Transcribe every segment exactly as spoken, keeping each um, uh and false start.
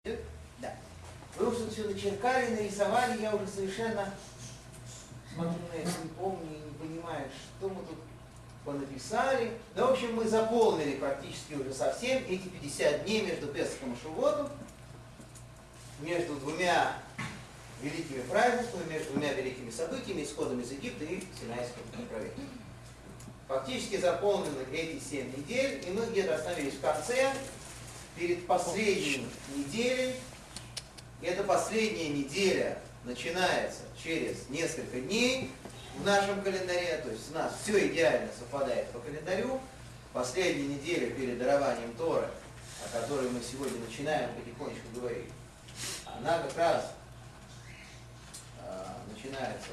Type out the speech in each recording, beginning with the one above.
Да. Вы уже все начеркали, нарисовали, я уже совершенно смотрю на это, не помню и не понимаю, что мы тут понаписали. Да, в общем, мы заполнили практически уже совсем эти пятьдесят дней между Песахом и Шавуотом, между двумя великими праздниками, между двумя великими событиями, исходом из Египта и Синайского откровения. Фактически заполнены эти семь недель, и мы где-то остановились в конце, перед последней неделей. И эта последняя неделя начинается через несколько дней в нашем календаре, то есть у нас все идеально совпадает по календарю. Последняя неделя перед дарованием Торы, о которой мы сегодня начинаем потихонечку говорить, она как раз э, начинается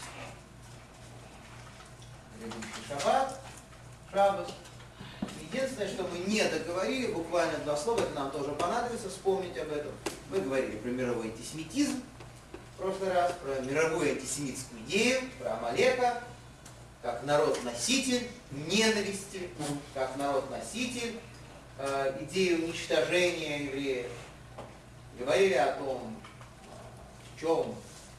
в грядущий шаббат, шаббат. Единственное, что мы не договорили, буквально два слова, это нам тоже понадобится вспомнить об этом. Мы говорили про мировой антисемитизм в прошлый раз, про мировую антисемитскую идею, про Амалека, как народ-носитель ненависти, как народ-носитель э, идеи уничтожения евреев. Говорили о том, в чем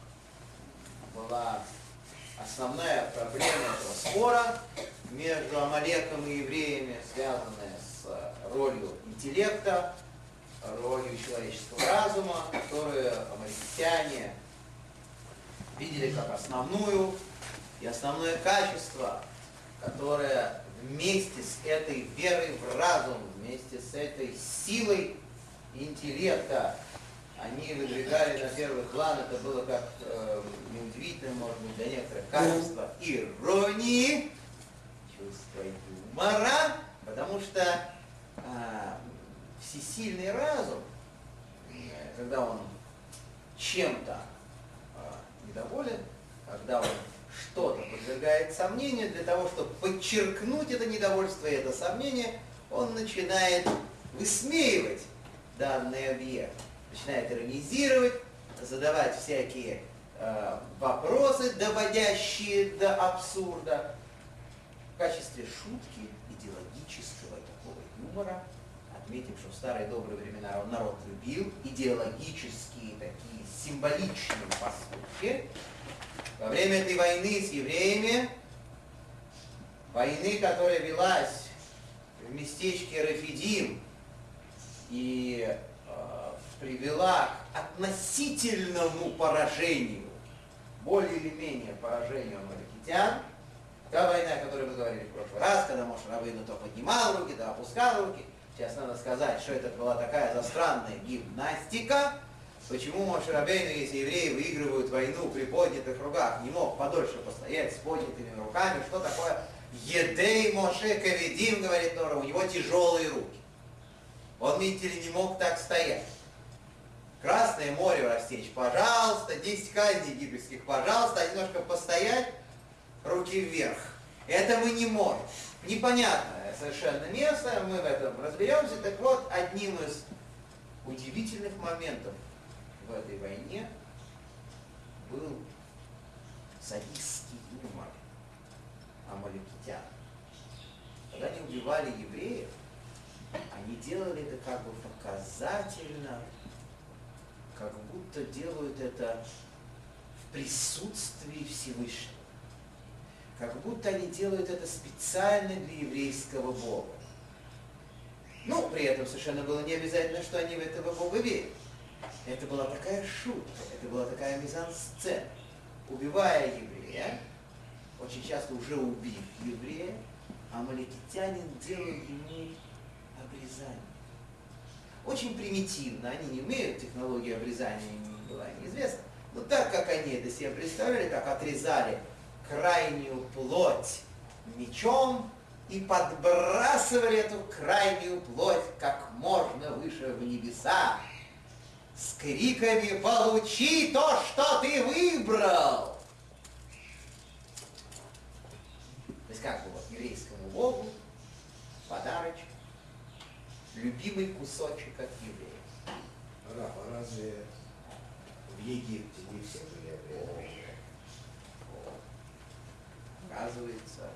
была основная проблема этого спора между Амалеком и евреями, связанная с ролью интеллекта, ролью человеческого разума, которую амаликитяне видели как основную и основное качество, которое вместе с этой верой в разум, вместе с этой силой интеллекта они выдвигали на первый план. Это было как э, неудивительно, может быть, для некоторых качество иронии, чувство юмора, потому что э, всесильный разум, когда он чем-то э, недоволен, когда он что-то подвергает сомнению, для того, чтобы подчеркнуть это недовольство и это сомнение, он начинает высмеивать данный объект, начинает иронизировать, задавать всякие э, вопросы, доводящие до абсурда, в качестве шутки, идеологического такого юмора. Отметим, что в старые добрые времена народ любил идеологические такие символичные поступки. Во время этой войны с евреями, войны, которая велась в местечке Рафидим и э, привела к относительному поражению, более или менее поражению амаликитян. Та война, о которой мы говорили в прошлый раз, когда Моше Рабейну то поднимал руки, то опускал руки. Сейчас надо сказать, что это была такая застранная гимнастика. Почему Моше Рабейну, если евреи выигрывают войну при поднятых руках, не мог подольше постоять с поднятыми руками? Что такое Едей Моше Каведим, говорит Тора, у него тяжелые руки. Он, видите ли, не мог так стоять. Красное море растечь, пожалуйста, десять казней египетских, пожалуйста, немножко постоять, руки вверх. Это мы не можем. Непонятное совершенно место, мы в этом разберемся. Так вот, одним из удивительных моментов в этой войне был садистский юмор амаликитян. Когда они убивали евреев, они делали это как бы показательно, как будто делают это в присутствии Всевышнего. Как будто они делают это специально для еврейского Бога. Ну, при этом совершенно было не обязательно, что они в этого Бога верят. Это была такая шутка, это была такая мизансцена. Убивая еврея, очень часто уже убив еврея, амаликитянин делает ему обрезание. Очень примитивно, они не умеют, технологии обрезания им была неизвестна, но так как они это себе представляли, как отрезали крайнюю плоть мечом и подбрасывали эту крайнюю плоть как можно выше в небеса с криками «Получи то, что ты выбрал!» То есть как бы вот еврейскому Богу подарочек, любимый кусочек от евреев. Раф, а разве в Египте не все были евреи? Оказывается,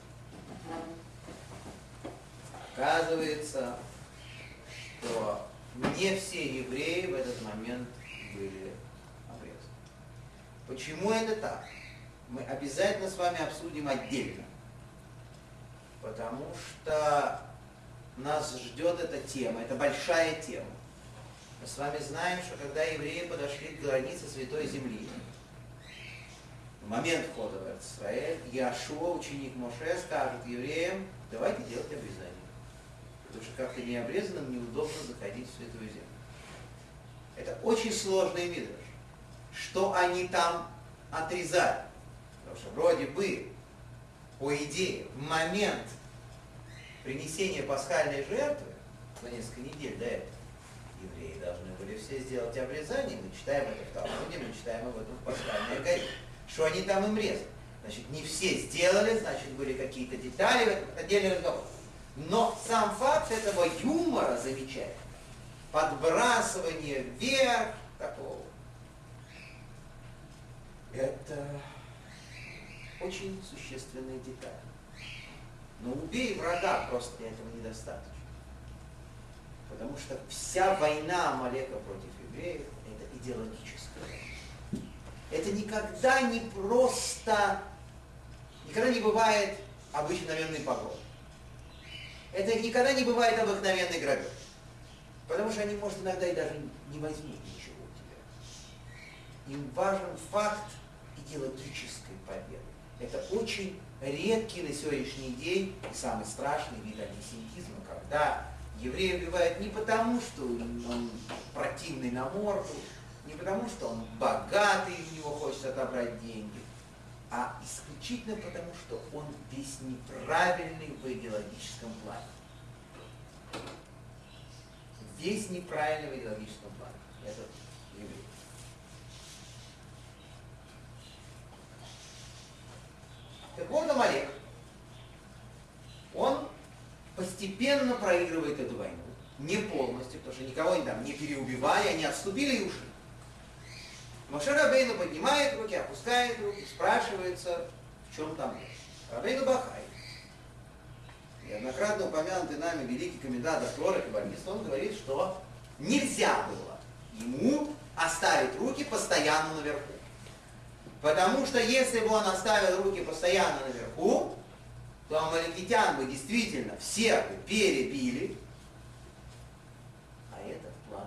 нет. Оказывается, что не все евреи в этот момент были обрезаны. Почему это так? Мы обязательно с вами обсудим отдельно. Потому что нас ждет эта тема, это большая тема. Мы с вами знаем, что когда евреи подошли к границе Святой Земли, в момент входа в Эрец-Исраэль, Иошуа, ученик Моше, скажет евреям: давайте делать обрезание. Потому что как-то необрезанным неудобно заходить в Святую Землю. Это очень сложный мидраш. Что они там отрезали? Потому что вроде бы, по идее, в момент принесения пасхальной жертвы, за несколько недель до этого, евреи должны были все сделать обрезание. Мы читаем это в Талмуде, мы читаем об этом в пасхальной горе. Что они там им резали? Значит, не все сделали, значит, были какие-то детали, в этом отдельный разговор. Но сам факт этого юмора замечательный, подбрасывание вверх такого, это очень существенная деталь. Но убей врага просто для этого недостаточно. Потому что вся война Амалека против евреев – это идеологическая война. Это никогда не просто, никогда не бывает обыкновенный погром. Это никогда не бывает обыкновенный грабеж. Потому что они, может, иногда и даже не возьмут ничего у тебя. Им важен факт идеологической победы. Это очень редкий на сегодняшний день и самый страшный вид антисемитизма, когда еврея убивают не потому, что он противный на морду, не потому, что он богатый и у него хочет отобрать деньги, а исключительно потому, что он весь неправильный в идеологическом плане. Весь неправильный в идеологическом плане. Это еврей. Так вот, Амалек, он постепенно проигрывает эту войну. Не полностью, потому что никого они там не переубивали, они отступили и ушли. Моше Рабейну поднимает руки, опускает руки, спрашивается, в чем там речь. Рабейну Бахай, неоднократно упомянутый нами великий комментатор Торы, каббалист, он говорит, что нельзя было ему оставить руки постоянно наверху. Потому что если бы он оставил руки постоянно наверху, то амаликитян бы действительно всех бы перебили, а этот план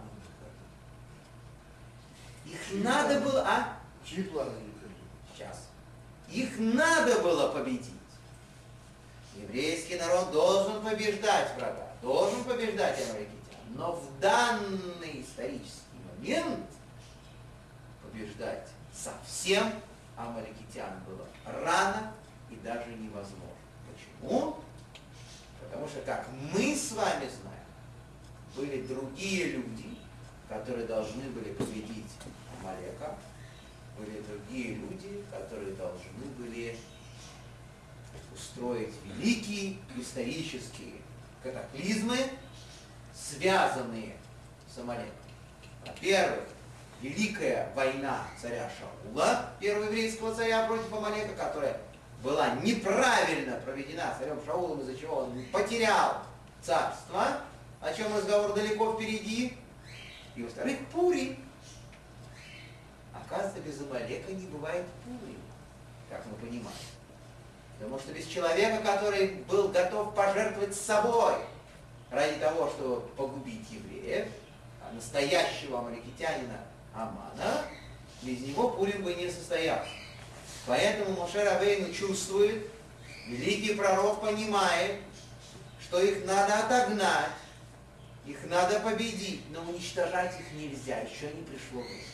не входил. Их надо было... А? Чьи планы не входили? Сейчас. Их надо было победить. Еврейский народ должен побеждать врага, должен побеждать амаликитян. Но в данный исторический момент побеждать совсем амаликитян было рано и даже невозможно. Почему? Потому что, как мы с вами знаем, были другие люди, которые должны были победить Амалека, были другие люди, которые должны были устроить великие исторические катаклизмы, связанные с Амалеком. Во-первых, великая война царя Шаула, первого еврейского царя против Амалека, которая была неправильно проведена царем Шаулом, из-за чего он потерял царство, о чем разговор далеко впереди. И во-вторых, Пурим. Оказывается, без Амалека не бывает Пурим, как мы понимаем. Потому что без человека, который был готов пожертвовать собой ради того, чтобы погубить евреев, а настоящего амаликитянина Амана, без него Пурим бы не состоялся. Поэтому Моше Рабейну чувствует, великий пророк понимает, что их надо отогнать, их надо победить, но уничтожать их нельзя, еще не пришло время.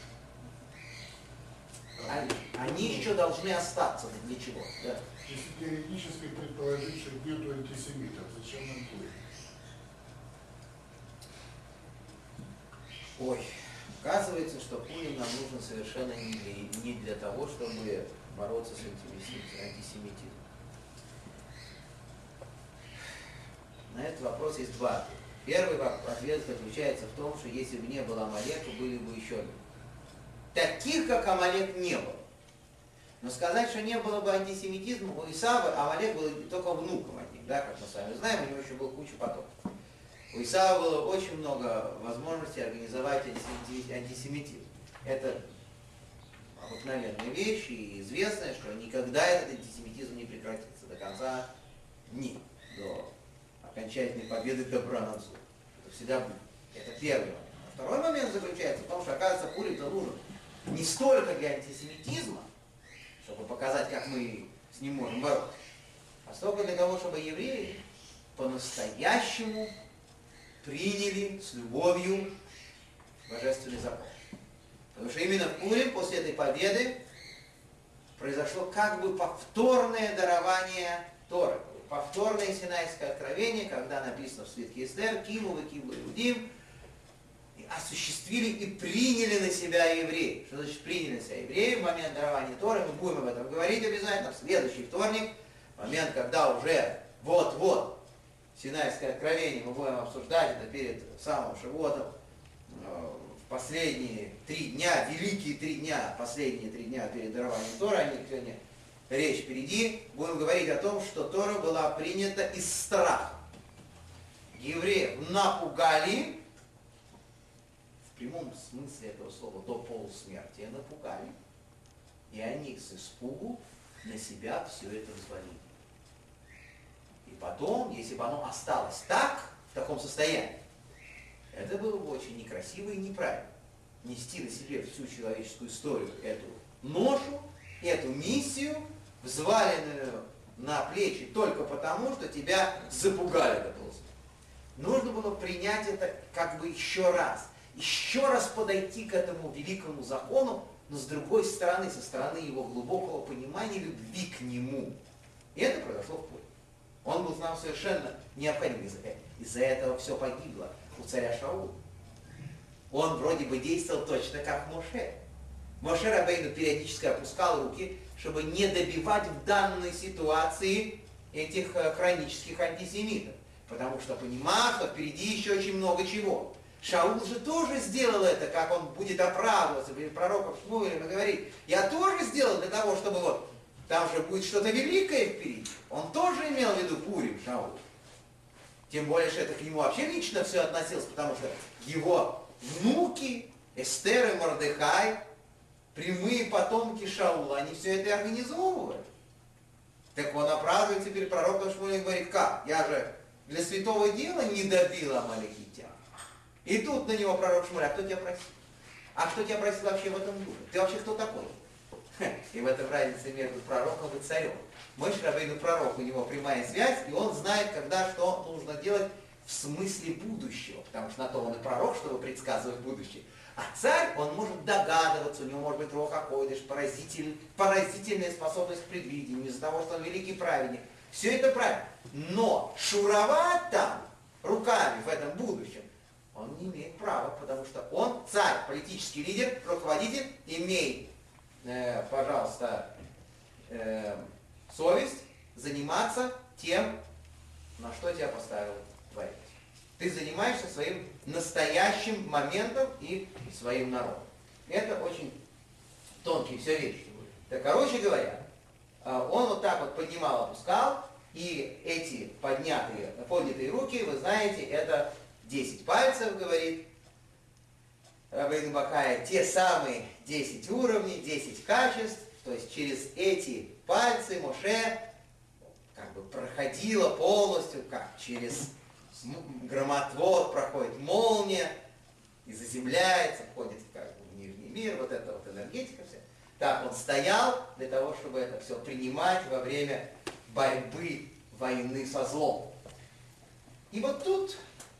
Они, они еще должны остаться. Для чего? Да. Если теоретически предположить, что бьют антисемитов, зачем нам Пурим? Ой, оказывается, что Пурим нам нужен совершенно не для, не для того, чтобы бороться с антисемитизмом. На этот вопрос есть два ответа. Первый ответ заключается в том, что если бы не было Амалека, были бы еще люди. Таких, как Амалек, не было. Но сказать, что не было бы антисемитизма, у Исава Амалек был только внуком одним, да, как мы с вами знаем, у него еще было куча потомков. У У Исава было очень много возможностей организовать антисемитизм. Это обыкновенная вещь и известная, что никогда этот антисемитизм не прекратится до конца дней, до окончательной победы добра над злом. Это всегда будет. Это первый момент. А второй момент заключается в том, что, оказывается, Пурим-то нужен не столько для антисемитизма, чтобы показать, как мы с ним можем бороться, а столько для того, чтобы евреи по-настоящему приняли с любовью божественный закон. Потому что именно в Пурим, после этой победы, произошло как бы повторное дарование Торы, повторное Синайское откровение, когда написано в свитке Эстер, «Киму вы киму иудим», осуществили и приняли на себя евреи. Что значит приняли на себя евреи в момент дарования Торы? Мы будем об этом говорить обязательно в следующий вторник, момент, когда уже вот-вот Синайское откровение мы будем обсуждать, это перед самым Шивотом, в последние три дня, великие три дня, последние три дня перед дарованием Торы, о них сегодня речь впереди, будем говорить о том, что Тора была принята из страха. Евреев напугали, в прямом смысле этого слова, до полусмерти напугали, и они с испугу на себя все это взвалили. И потом, если бы оно осталось так, в таком состоянии, это было бы очень некрасиво и неправильно. Нести на себе всю человеческую историю эту ношу, эту миссию, взваленную на плечи только потому, что тебя запугали до полусмерти. Нужно было принять это как бы еще раз. Еще раз подойти к этому великому закону, но с другой стороны, со стороны его глубокого понимания, любви к нему. И это произошло в Пурим. Он был нам совершенно необходим. Из-за, из-за этого все погибло у царя Шаула. Он вроде бы действовал точно как Моше. Моше Рабейну периодически опускал руки, чтобы не добивать в данной ситуации этих хронических антисемитов. Потому что понимал, что впереди еще очень много чего. Шаул же тоже сделал это, как он будет оправдываться перед пророком Шмуэлем и говорить, я тоже сделал для того, чтобы вот там же будет что-то великое впереди. Он тоже имел в виду Пурим, Шаул. Тем более, что это к нему вообще лично все относилось, потому что его внуки, Эстер и Мордехай, прямые потомки Шаула, они все это и организовывали. Так он оправдывается перед пророком Шмуэлем и говорит, как? Я же для святого дела не добил амаликитян. И тут на него пророк Шмуэль, а кто тебя просил? А кто тебя просил вообще в этом духе? Ты вообще кто такой? И в этом разница между пророком и царем. Моше Рабейну пророк, у него прямая связь, и он знает, когда что нужно делать в смысле будущего. Потому что на то он и пророк, чтобы предсказывать будущее. А царь, он может догадываться, у него может быть руах ха-койдеш, поразитель, поразительная способность к предвидению, из-за того, что он великий праведник. Все это правильно. Но шуровать там руками в этом будущем он не имеет права, потому что он царь, политический лидер, руководитель, имеет, э, пожалуйста, э, совесть заниматься тем, на что тебя поставил Творец. Ты занимаешься своим настоящим моментом и своим народом. Это очень тонкие все вещи. Так, короче говоря, он вот так вот поднимал, опускал, и эти поднятые, поднятые руки, вы знаете, это десять пальцев, говорит Рабейну Бахая, те самые десять уровней, десять качеств, то есть через эти пальцы Моше как бы проходила полностью, как через громотвод проходит молния и заземляется, входит как бы в нижний мир, вот эта вот энергетика вся. Так он стоял для того, чтобы это все принимать во время борьбы, войны со злом. И вот тут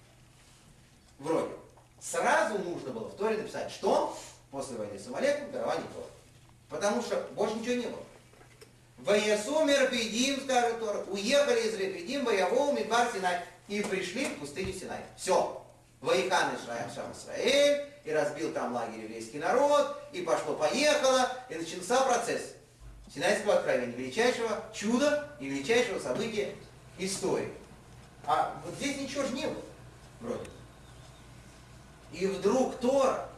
вроде сразу нужно было в Торе написать, что после войны с Амалеком дарование Торы. Потому что больше ничего не было. Ваясумер Пидим, скажет Тора, уехали из Репидим, Ваявол, Мидбар, Синай, и пришли в пустыню Синай. Все. Ваихан Ишраям Шам Исраэль, и разбил там лагерь еврейский народ, и пошло-поехало, и начался процесс Синайского откровения, величайшего чуда и величайшего события истории. А вот здесь ничего же не было, вроде. И вдруг Тора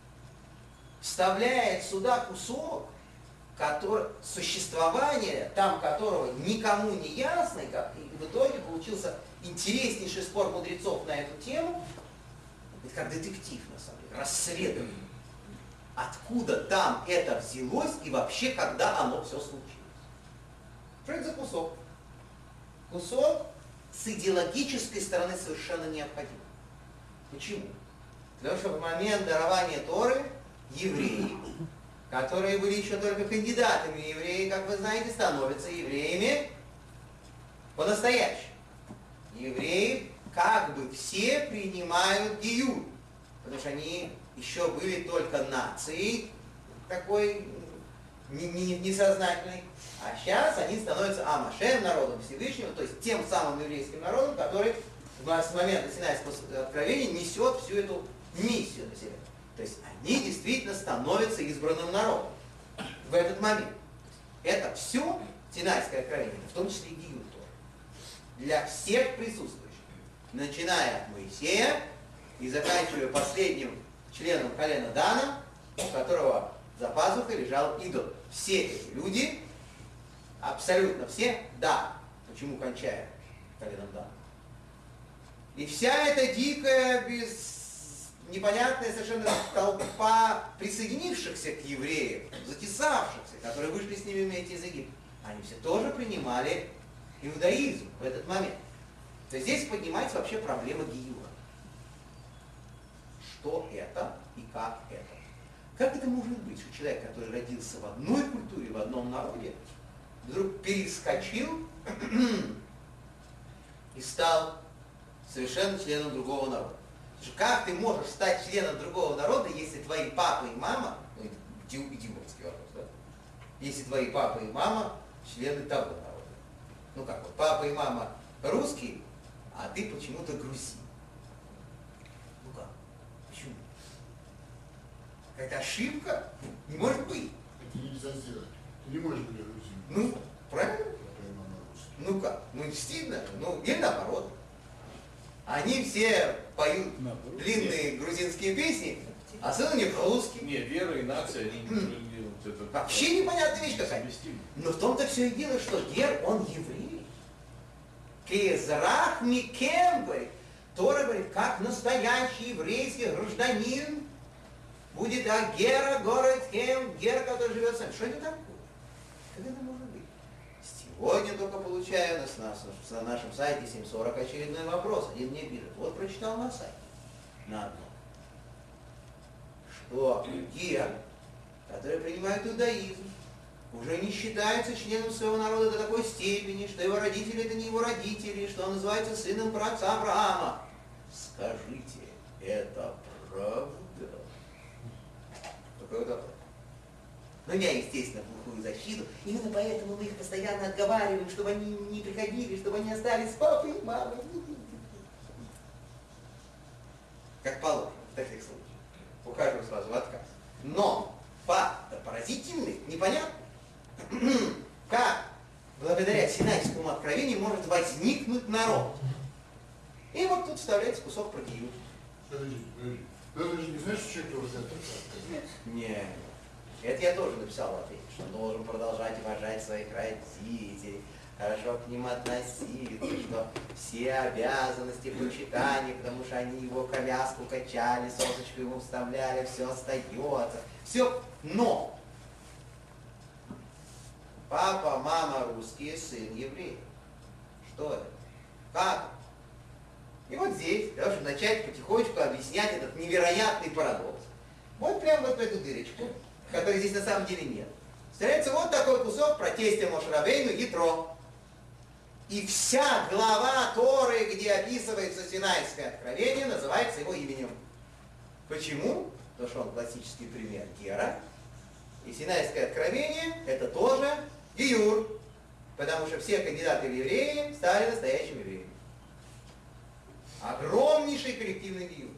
вставляет сюда кусок, который, существование там которого никому не ясно, и в итоге получился интереснейший спор мудрецов на эту тему. Это как детектив, на самом деле, расследование. Откуда там это взялось и вообще, когда оно все случилось. Что это за кусок? Кусок с идеологической стороны совершенно необходим. Почему? Потому что в момент дарования Торы евреи, которые были еще только кандидатами евреи, как вы знаете, становятся евреями по-настоящему. Евреи как бы все принимают гиюр, потому что они еще были только нацией такой несознательной, а сейчас они становятся Амашем, народом Всевышнего, то есть тем самым еврейским народом, который с момента Синайского откровения несет всю эту миссию на себе. То есть они действительно становятся избранным народом в этот момент. Это все Синайское откровение, в том числе и гиюр тоже, для всех присутствующих, начиная от Моисея и заканчивая последним членом колена Дана, у которого за пазухой лежал идол. Все эти люди, абсолютно все, да. Почему кончая коленом Дана? И вся эта дикая, без... непонятная совершенно толпа присоединившихся к евреям, затесавшихся, которые вышли с ними вместе из Египта, они все тоже принимали иудаизм в этот момент. То есть здесь поднимается вообще проблема гиюра. Что это и как это? Как это может быть, что человек, который родился в одной культуре, в одном народе, вдруг перескочил и стал совершенно членом другого народа? Как ты можешь стать членом другого народа, если твои папа и мама, ну, идиотский вопрос, да? Если твои папа и мама члены того народа? Ну как вот, папа и мама русские, а ты почему-то грузин. Ну как? Почему? Какая-то ошибка? Не может быть. Это нельзя сделать. Ты не можешь быть грузином. Ну, правильно? Папа и мама русские. Ну как? Ну стыдно? Ну, или наоборот. Они все поют длинные грузинские песни, а сын у них русский. Не, вера и нация, они не вот это. Вообще непонятная вещь какая. Но в том-то все и дело, что Гер, он еврей. Кезрах Микем, говорит. Тора говорит, как настоящий еврейский гражданин будет а Гера, город Кем, Гер, который живет сам. Что это такое? Как это может быть? Сегодня только получаю на, на, на нашем сайте семь сорок очередной вопрос. Один мне пишет, вот прочитал на сайте, на одном, что Гер, которые принимают иудаизм, уже не считается членом своего народа до такой степени, что его родители это не его родители, что он называется сыном праотца Авраама. Скажите, это правда? Какой вопрос? Ну, я, естественно, глухую защиту. Именно поэтому мы их постоянно отговариваем, чтобы они не приходили, чтобы они остались с папой и мамой. Как положено в таких случаях. Ухаживаю сразу в отказ. Но факт поразительный, непонятный. Как благодаря Синайскому откровению может возникнуть народ? И вот тут вставляется кусок про гиюр. Подожди, подожди. Ну, ты же не знаешь, что человек должен это? Нет. Это я тоже написал в ответе, что он должен продолжать уважать своих родителей, хорошо к ним относиться, что все обязанности почитания, потому что они его коляску качали, сосочку ему вставляли, все остается. Все. Но папа, мама русские, сын еврей. Что это? Как? И вот здесь, для того, чтобы начать потихонечку объяснять этот невероятный парадокс, вот прямо вот в эту дырочку, которой здесь на самом деле нет, вставляется вот такой кусок про тестя Моше Рабейну Ятро. И вся глава Торы, где описывается Синайское откровение, называется его именем. Почему? Потому что он классический пример Гера. И Синайское откровение это тоже гиюр. Потому что все кандидаты в евреи стали настоящими евреями. Огромнейший коллективный гиюр.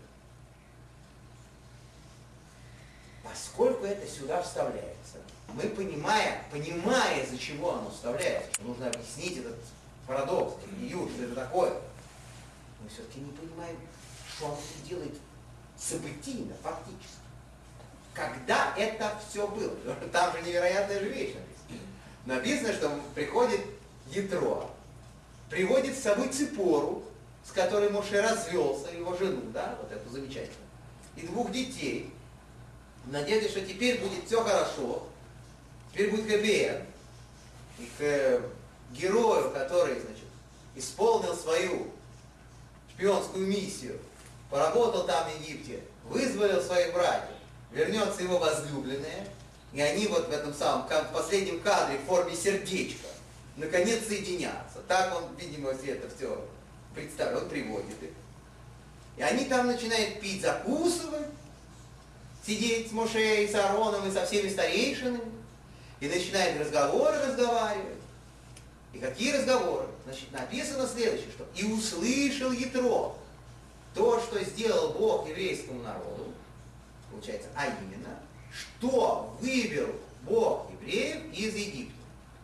Поскольку это сюда вставляется, мы понимая, понимая, из-за чего оно вставляется, что нужно объяснить этот парадокс, гиюр, что это такое, мы все-таки не понимаем, что он тут делает событийно, фактически. Когда это все было? Там же невероятная же вещь написана. Написано, что приходит Ятро, приводит с собой Ципору, с которой Моше развелся, его жену, да, вот эту замечательную, и двух детей, в надежде, что теперь будет все хорошо, теперь будет хэппи-энд, и к герою, который, значит, исполнил свою шпионскую миссию, поработал там в Египте, вызволил своих братьев, вернется его возлюбленная, и они вот в этом самом в последнем кадре в форме сердечка наконец соединятся. Так он, видимо, все это все представил, он приводит их. И они там начинают пить, закусывать, сидеть с Моше и с Аароном и со всеми старейшинами, и начинают разговоры разговаривать. И какие разговоры? Значит, написано следующее, что «И услышал Ятро то, что сделал Бог еврейскому народу», получается, а именно, что вывел Бог евреев из Египта.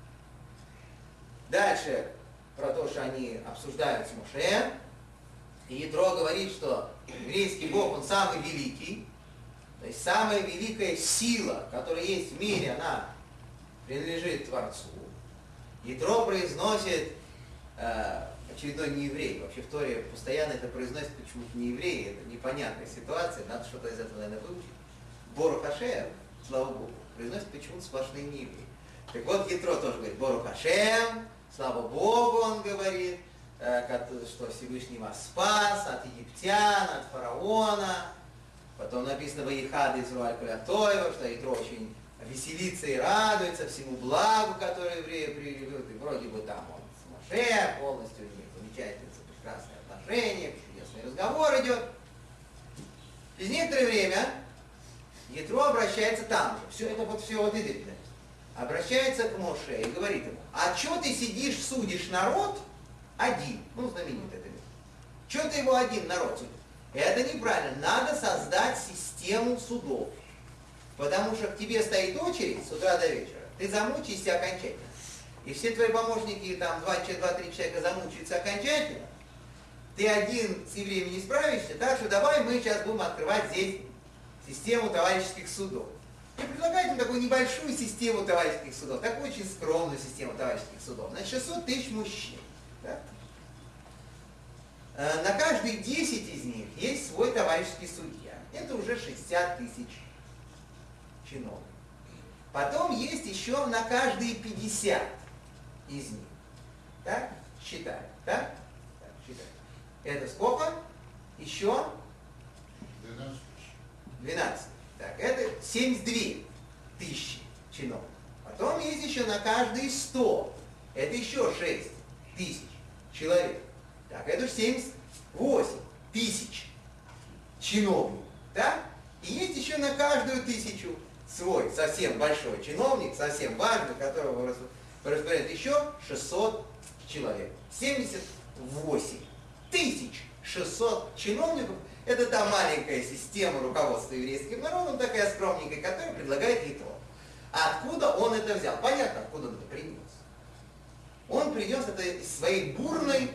Дальше про то, что они обсуждают с Моше, и Ятро говорит, что еврейский Бог, он самый великий, то есть самая великая сила, которая есть в мире, она принадлежит Творцу. Ятро произносит, э, очередной нееврей, вообще в Торе постоянно это произносит почему-то не евреи, это непонятная ситуация, надо что-то из этого, наверное, выучить. Борух Ашем, слава Богу, произносит почему-то сплошные неевреи. Так вот, Ятро тоже говорит, Борух Ашем, слава Богу, он говорит, э, что Всевышний вас спас от египтян, от фараона. Потом написано «Ваихад Изруаль Кулятоева», что Ятро очень веселится и радуется всему благу, которое евреи приведут, и вроде бы там он с Моше, полностью у них замечательные, прекрасные отношения, чудесный разговор идет. Через некоторое время Ятро обращается там же, все это вот все вот идет, обращается к Моше и говорит ему: а что ты сидишь, судишь народ один? Ну, знаменитый это место. Что ты его один народ судишь? Это неправильно. Надо создать систему судов. Потому что к тебе стоит очередь с утра до вечера, ты замучаешься окончательно. И все твои помощники, там два-три человека замучаются окончательно, ты один с евреями не справишься, так что давай мы сейчас будем открывать здесь систему товарищеских судов. Я предлагаю им такую небольшую систему товарищеских судов, такую очень скромную систему товарищеских судов. Значит, шестьсот тысяч мужчин. Да? На каждые десять из них есть свой товарищеский судья. Это уже шестьдесят тысяч чиновников. Потом есть еще на каждые пятьдесят из них. Так? Считаем. Так? Так, считаем. Это сколько? Еще? двенадцать тысяч. двенадцать. Так, это семьдесят две тысячи чиновников. Потом есть еще на каждые сто. Это еще шесть тысяч человек. Так, это семьдесят восемь тысяч чиновников. Так? И есть еще на каждую тысячу свой совсем большой чиновник, совсем важный, которого распоряжает еще шестьсот человек. семьдесят восемь тысяч шестьсот чиновников. Это та маленькая система руководства еврейским народом, такая скромненькая, которую предлагает Ятро. А откуда он это взял? Понятно, откуда он это принес. Он принес это из своей бурной,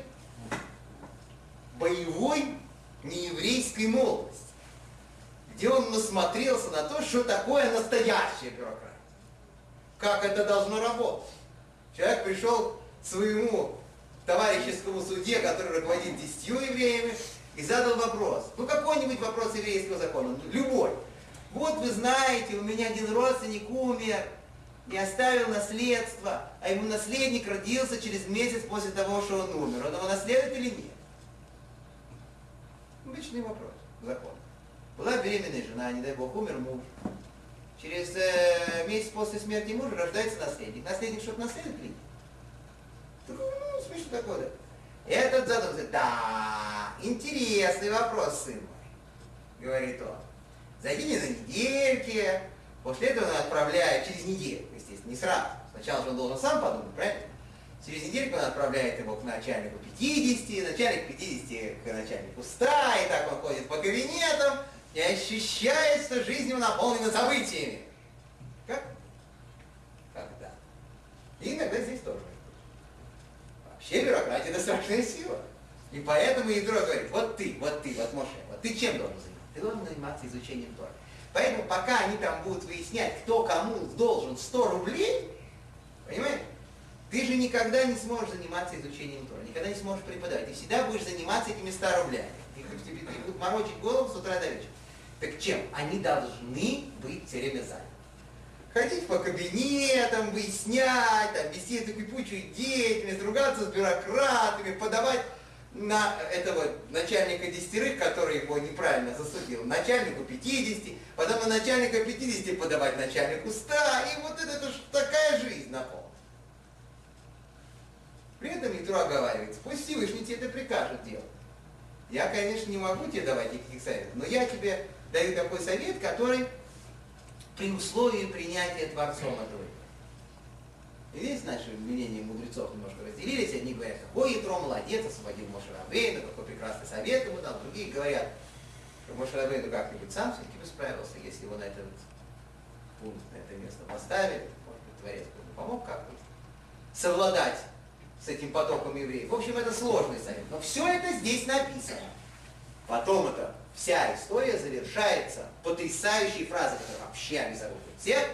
боевой, нееврейской молодости, где он насмотрелся на то, что такое настоящая бюрократия. Как это должно работать. Человек пришел к своему товарищескому судье, который руководит десятью евреями, и задал вопрос. Ну, какой-нибудь вопрос еврейского закона, ну, любой. Вот вы знаете, у меня один родственник умер, и оставил наследство, а ему наследник родился через месяц после того, что он умер. Он его наследует или нет? Обычный вопрос, закон. Была беременная жена, не дай бог, умер муж. Через э, месяц после смерти мужа рождается наследник. Наследник что-то наследует или нет? Такой, ну, смешно такое, да. Этот задумался: да, интересный вопрос, сын мой, говорит он. Зайди на недельки, после этого он отправляет, через неделю, естественно, не сразу. Сначала же он должен сам подумать, правильно? Через недельку он отправляет его к начальнику пятидесяти, начальник пятидесяти к начальнику ста, и так он ходит по кабинетам и ощущает, что жизнь его наполнена событиями. Как? Когда? И иногда здесь тоже. Вообще бюрократия — это страшная сила. И поэтому Ятро говорит: вот ты, вот ты, вот Моше, вот ты чем должен заниматься? Ты должен заниматься изучением Торы. Поэтому пока они там будут выяснять, кто кому должен сто рублей, понимаете, ты же никогда не сможешь заниматься изучением Торы, никогда не сможешь преподавать. Ты всегда будешь заниматься этими ста рублями. И хоть тебе ты будут морочить голову с утра до вечера. Так чем? Они должны быть все время заняты. Ходить по кабинетам, выяснять, там, вести эту кипучую деятельность, ругаться с бюрократами, подавать на этого начальника десятерых, который его неправильно засудил, начальнику пятидесяти, потом на начальника пятидесяти подавать начальнику ста, и вот это, это ж такая жизнь на пол. При этом Ятро оговаривается, пусть Всевышний тебе это прикажет делать. Я, конечно, не могу тебе давать никаких советов, но я тебе даю такой совет, который при условии принятия Творцом этого. И здесь наши мнения мудрецов немножко разделились. Одни говорят, какой Ятро молодец, освободил Моше Рабейну, какой прекрасный совет ему дал. Другие говорят, что Моше Рабейну как-нибудь сам все-таки бы справился, если его на этот пункт, на это место поставили. Может быть, Творец бы помог как-нибудь совладать с этим потоком евреев. В общем, это сложный совет. Но все это здесь написано. Потом это вся история завершается потрясающей фразой, которая вообще обезоруживает всех,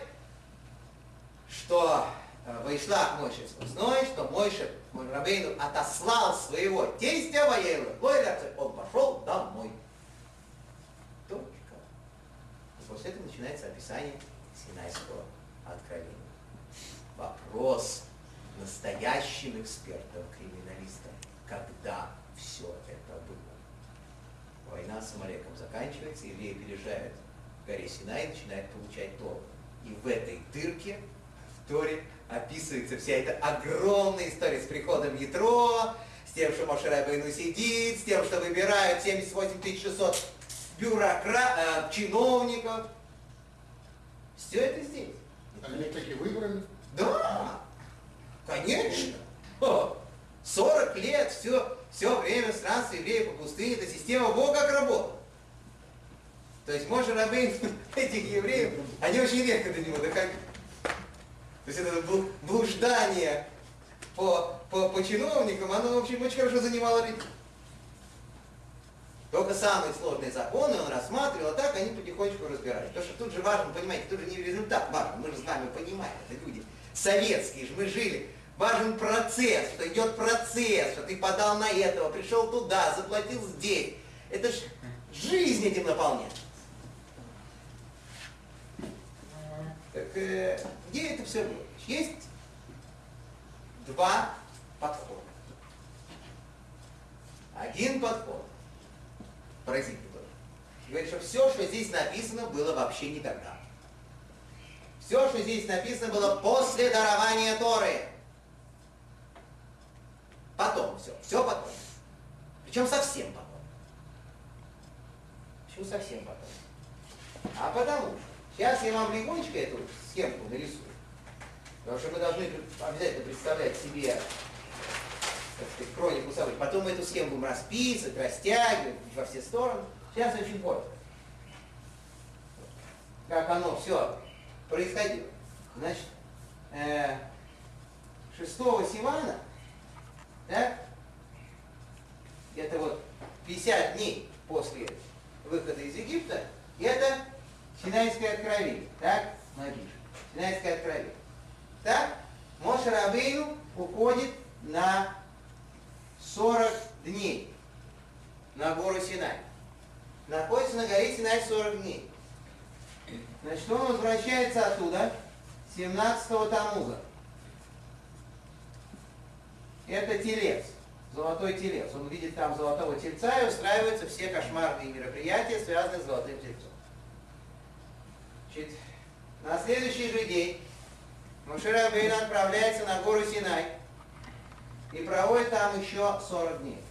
что Вайшлах Мойше Смусной, что Мойше Рабейну отослал своего тестя Ваейла Лойляца, он пошел домой. Точка. И после этого начинается описание Синайского откровения. Вопрос настоящим экспертам, криминалистам, когда все это было. Война с Амалеком заканчивается, евреи переезжают в горе Синай и начинают получать Тору. И в этой дырке в Торе описывается вся эта огромная история с приходом Ятро, с тем, что Моше Рабейну сидит, с тем, что выбирают семьдесят восемь тысяч шестьсот бюрокра... э, чиновников. Все это здесь. Они таки выбрали? Да, конечно. О, сорок лет, все, все время странствия евреев по пустыне, эта система Бога как работала. То есть Моше Рабейну этих евреев, они очень редко до него доходили. То есть это блуждание по, по, по чиновникам, оно, в общем, очень хорошо занимало людей. Только самые сложные законы он рассматривал, а так они потихонечку разбирались. Потому что тут же важно, понимаете, тут же не результат важен, мы же с вами понимаем, это люди советские же, мы жили. Важен процесс, что идет процесс, что ты подал на этого, пришел туда, заплатил здесь. Это ж жизнь этим наполняет. Так, э, где это все было? Есть два подхода. Один подход, поразительный тоже, говорит, что все, что здесь написано, было вообще не тогда. Все, что здесь написано, было после дарования Торы. Потом все, все потом. Причем совсем потом. Почему совсем потом? А потому что сейчас я вам легонечко эту схемку нарисую. Потому что вы должны обязательно представлять себе, так сказать, хронику событий. Потом мы эту схему будем расписывать, растягивать во все стороны. Сейчас очень просто. Как оно все происходило. Значит, э, шестого Сивана, да, это вот пятьдесят дней после выхода из Египта, это Синайское откровение. Так, напишем. Синайское откровение. Так, Моше Рабейну уходит на сорок дней на гору Синай. Находится на горе Синай сорок дней. Значит, он возвращается оттуда семнадцатого Тамуза. Это телец, золотой телец. Он видит там золотого тельца и устраиваются все кошмарные мероприятия, связанные с золотым тельцом. Значит, на следующий же день Моше Рабейну отправляется на гору Синай и проводит там еще сорок дней.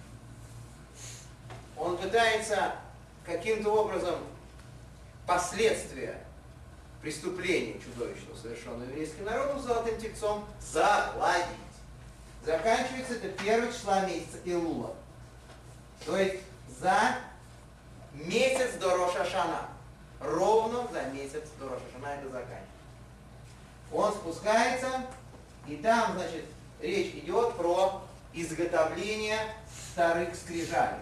Он пытается каким-то образом последствия преступления чудовищного, совершенного еврейским народом, золотым тельцом, загладить. Заканчивается это первого числа месяца Илула. То есть за месяц до Рош ха-Шана. Ровно за месяц до Рош ха-Шана это заканчивается. Он спускается, и там, значит, речь идет про изготовление старых скрижалей.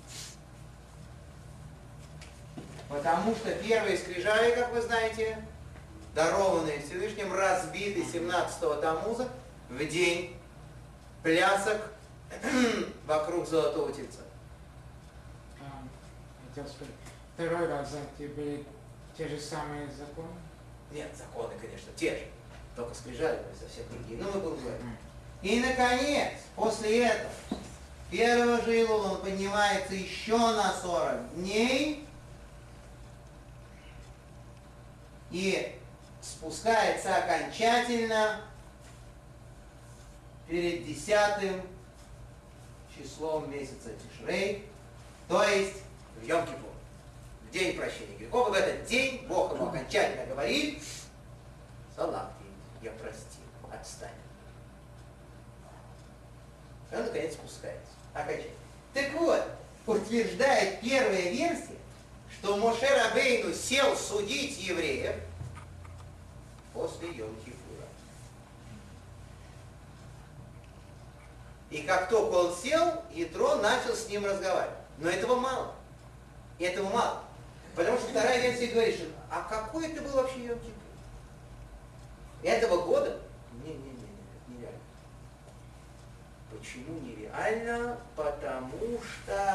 Потому что первые скрижали, как вы знаете, дарованные Всевышним, разбиты семнадцатого Тамуза, в день плясок вокруг золотого тельца? А, хотел сказать, второй раз эти были те же самые законы? Нет, законы, конечно, те же. Только скрижали были совсем другие. Но мы будем говорить. И, наконец, после этого, первого же Илула он поднимается еще на сорок дней и спускается окончательно перед десятым числом месяца Тишрей, то есть в Йом-Кипур, в день прощения грехов. И в этот день Бог ему окончательно говорит: салахти, я простил, отстань. И он наконец спускается. Окончательно. Так вот, утверждает первая версия, что Моше Рабейну сел судить евреев после Йом-Кипура. И как только он сел, Ятро начал с ним разговаривать. Но этого мало. Этого мало. Потому что вторая версия говорит, что а какой это был вообще Йом-Кипур? Этого года? Не-не-не, это нереально. Почему нереально? Потому что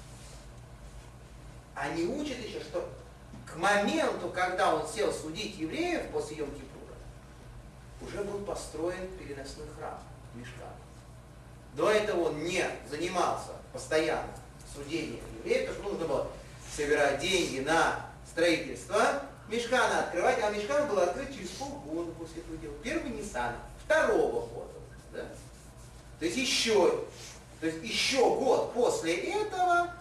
они учат еще, что к моменту, когда он сел судить евреев после Йом-Кипура, уже был построен переносной храм, Мишкан. До этого он не занимался постоянно судением евреев, потому что нужно было собирать деньги на строительство Мишкана, открывать, а Мишкан был открыт через полгода после этого дела. Первого Ниссана, второго года. Да? То есть еще, то есть еще год после этого,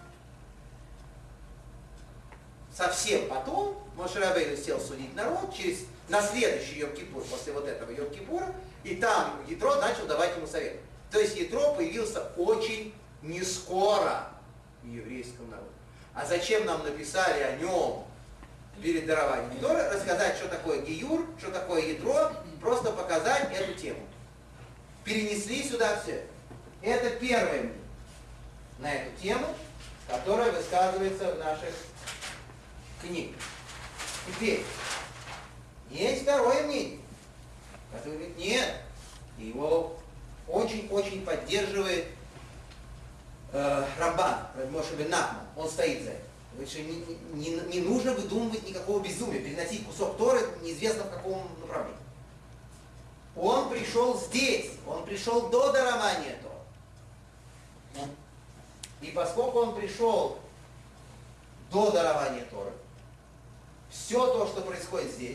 совсем потом, Моше Рабейну сел судить народ через, на следующий Йом-Кипур, после вот этого Йом-Кипура, и там Ятро начал давать ему совет. То есть Ятро появился очень нескоро в еврейском народе. А зачем нам написали о нем перед дарованием Торы? Рассказать, что такое Гиюр, что такое Ятро, просто показать эту тему. Перенесли сюда все. Это первое мнение на эту тему, которая высказывается в наших книгах. Теперь, есть второе мнение, которое говорит, нет, его очень-очень поддерживает э, Рамбан, Моше бен Нахман, он стоит за это. Говорит, что не, не, не нужно выдумывать никакого безумия, переносить кусок Торы неизвестно в каком направлении. Он пришел здесь, он пришел до дарования Торы. И поскольку он пришел до дарования Торы, все то, что происходит здесь,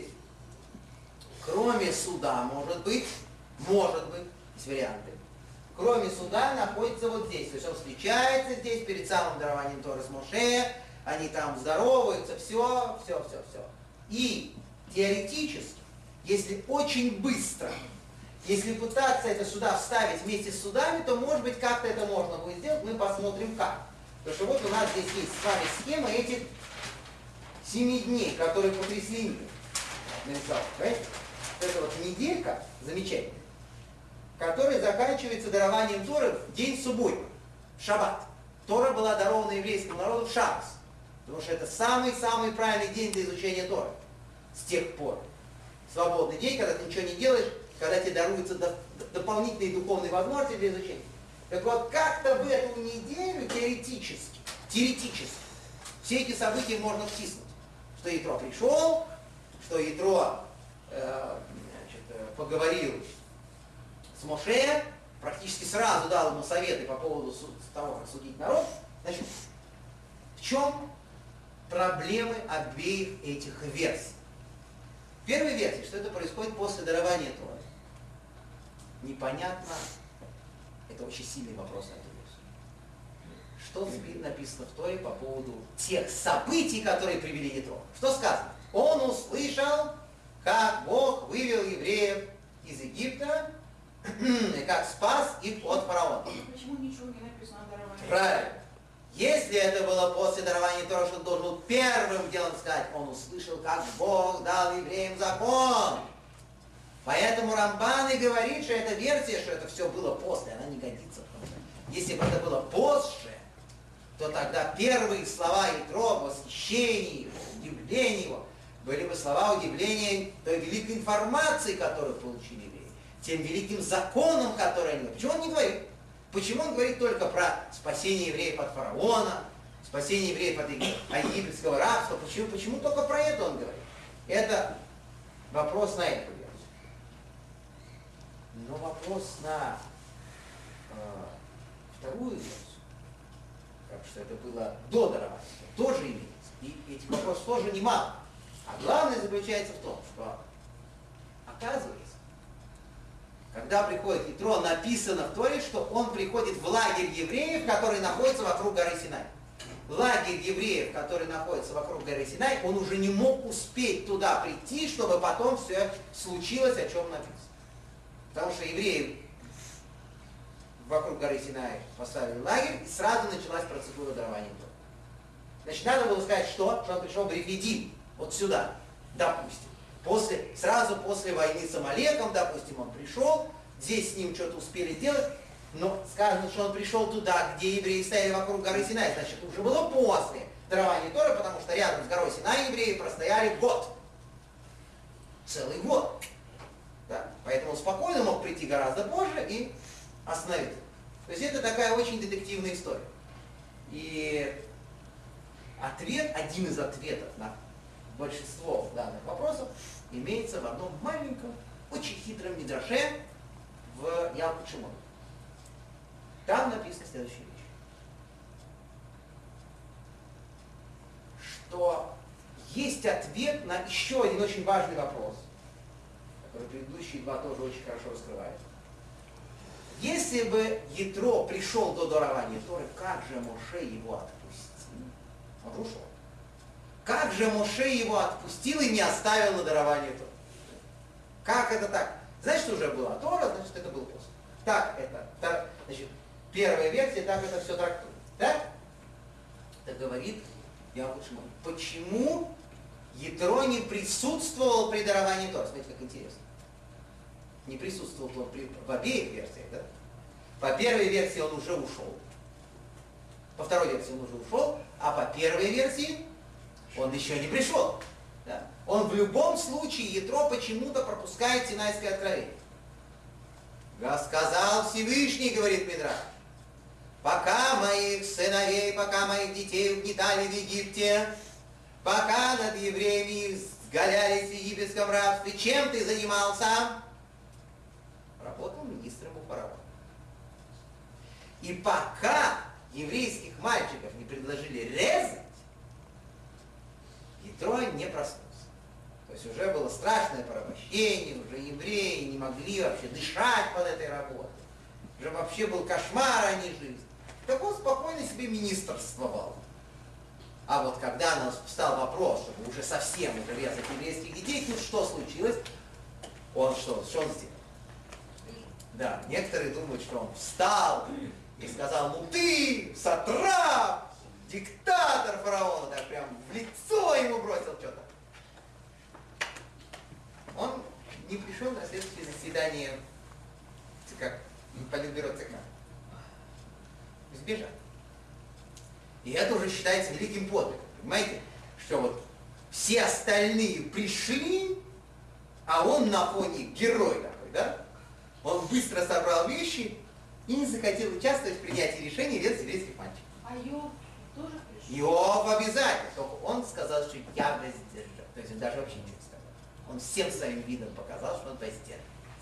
кроме суда, может быть, может быть, есть варианты, кроме суда находится вот здесь. То есть он встречается здесь перед самым дарованием Торы с Моше, они там здороваются, все, все, все, все. И теоретически, если очень быстро, если пытаться это сюда вставить вместе с судами, то, может быть, как-то это можно будет сделать, мы посмотрим как. Потому что вот у нас здесь есть с вами схема этих семи дней, которые потрясли мир. Нарисовал, понимаете? Это вот неделька замечательная, которая заканчивается дарованием Торы в день субботний, в шаббат. Тора была дарована еврейскому народу в шаббат, потому что это самый-самый правильный день для изучения Торы. С тех пор. Свободный день, когда ты ничего не делаешь, когда тебе даруются до, дополнительные духовные возможности для изучения. Так вот, как-то в эту неделю теоретически, теоретически, все эти события можно втиснуть. Что Ятро пришел, что Ятро э, значит, поговорил с Моше, практически сразу дал ему советы по поводу того, как судить народ. Значит, в чем проблемы обеих этих версий? Первая версия, что это происходит после дарования Торы. Непонятно. Это очень сильный вопрос на эту версию. Что написано в Торе по поводу тех событий, которые привели Ятро? Что сказано? Он услышал, как Бог вывел евреев из Египта, и как спас их от фараона. Почему ничего не написано о даровании? Правильно. Если это было после дарования Торы, что он должен был первым делом сказать, он услышал, как Бог дал евреям закон. Поэтому Рамбан и говорит, что эта версия, что это все было после, она не годится. Если бы это было позже, то тогда первые слова Ятро, восхищение его, удивление его, были бы слова удивления той великой информации, которую получили евреи. тем великим законом, который они... Почему он не говорит? Почему он говорит только про спасение евреев от фараона, спасение евреев от египетского рабства? Почему, почему только про это он говорит? Это вопрос на эту версию. Но вопрос на э, вторую версию, как что это было до дарования, тоже имеется. И этих вопросов тоже немало. А главное заключается в том, что оказывается, когда приходит Итро, написано в Торе, что он приходит в лагерь евреев, который находится вокруг горы Синай. Лагерь евреев, который находится вокруг горы Синай, он уже не мог успеть туда прийти, чтобы потом все случилось, о чем написано. Потому что евреи вокруг горы Синай поставили лагерь, и сразу началась процедура дарования Торы. Значит, надо было сказать, что? Что он пришел в Рефидим, вот сюда, допустим. После, сразу после войны с Амалеком, допустим, он пришел, здесь с ним что-то успели сделать, но сказано, что он пришел туда, где евреи стояли вокруг горы Синай, значит, уже было после дарования Торы, потому что рядом с горой Синай евреи простояли год. Целый год. Да? Поэтому он спокойно мог прийти гораздо позже и остановиться. То есть это такая очень детективная история. И ответ, один из ответов на большинство данных вопросов имеется в одном маленьком, очень хитром мидраше в Ялкут Шимон. Там написана следующая вещь. Что есть ответ на еще один очень важный вопрос, который предыдущие два тоже очень хорошо раскрывают. Если бы Ятро пришел до дарования Торы, как же Моше его отпустил? Он ушел. Как же Моше его отпустил и не оставил на дарование Торы? Как это так? Значит, что уже была Тора, значит, это был после. Так это, так, значит, первая версия, так это все трактует. Так? Так говорит Ялкут Шимон. Почему Ятро не присутствовал при даровании Торы? Смотрите, как интересно. Не присутствовал он при, в обеих версиях, да? По первой версии он уже ушел. По второй версии он уже ушел, а по первой версии он еще не пришел. Да? Он в любом случае, Ятро почему-то пропускает Синайское откровение. Сказал Всевышний, говорит Мидраш, пока моих сыновей, пока моих детей угнетали в Египте, пока над евреями сгалялись в египетском рабстве, чем ты занимался? Работал министром у фараона. И пока еврейских мальчиков не предложили резать, Ятро не проснулся. То есть уже было страшное порабощение, уже евреи не могли вообще дышать под этой работой. Уже вообще был кошмар, а не жизнь. Так он спокойно себе министрствовал. А вот когда встал вопрос, чтобы уже совсем уже резать еврейских детей, тут что случилось? Он что? Что он сделал? Да, некоторые думают, что он встал и сказал, ну ты, сатрап, диктатор фараона, так прям в лицо ему бросил что-то. Он не пришел на следующее заседание ЦК, Политбюро ЦК. Сбежал. И это уже считается великим подвигом. Понимаете, что вот все остальные пришли, а он на фоне герой такой, да? Он быстро собрал вещи и не захотел участвовать в принятии решений резать еврейских мальчиков. А Йов тоже пришел? Йов обязательно. Только он сказал, что я воздержал. То есть он даже вообще ничего не сказал. Он всем своим видом показал, что он воздерживается.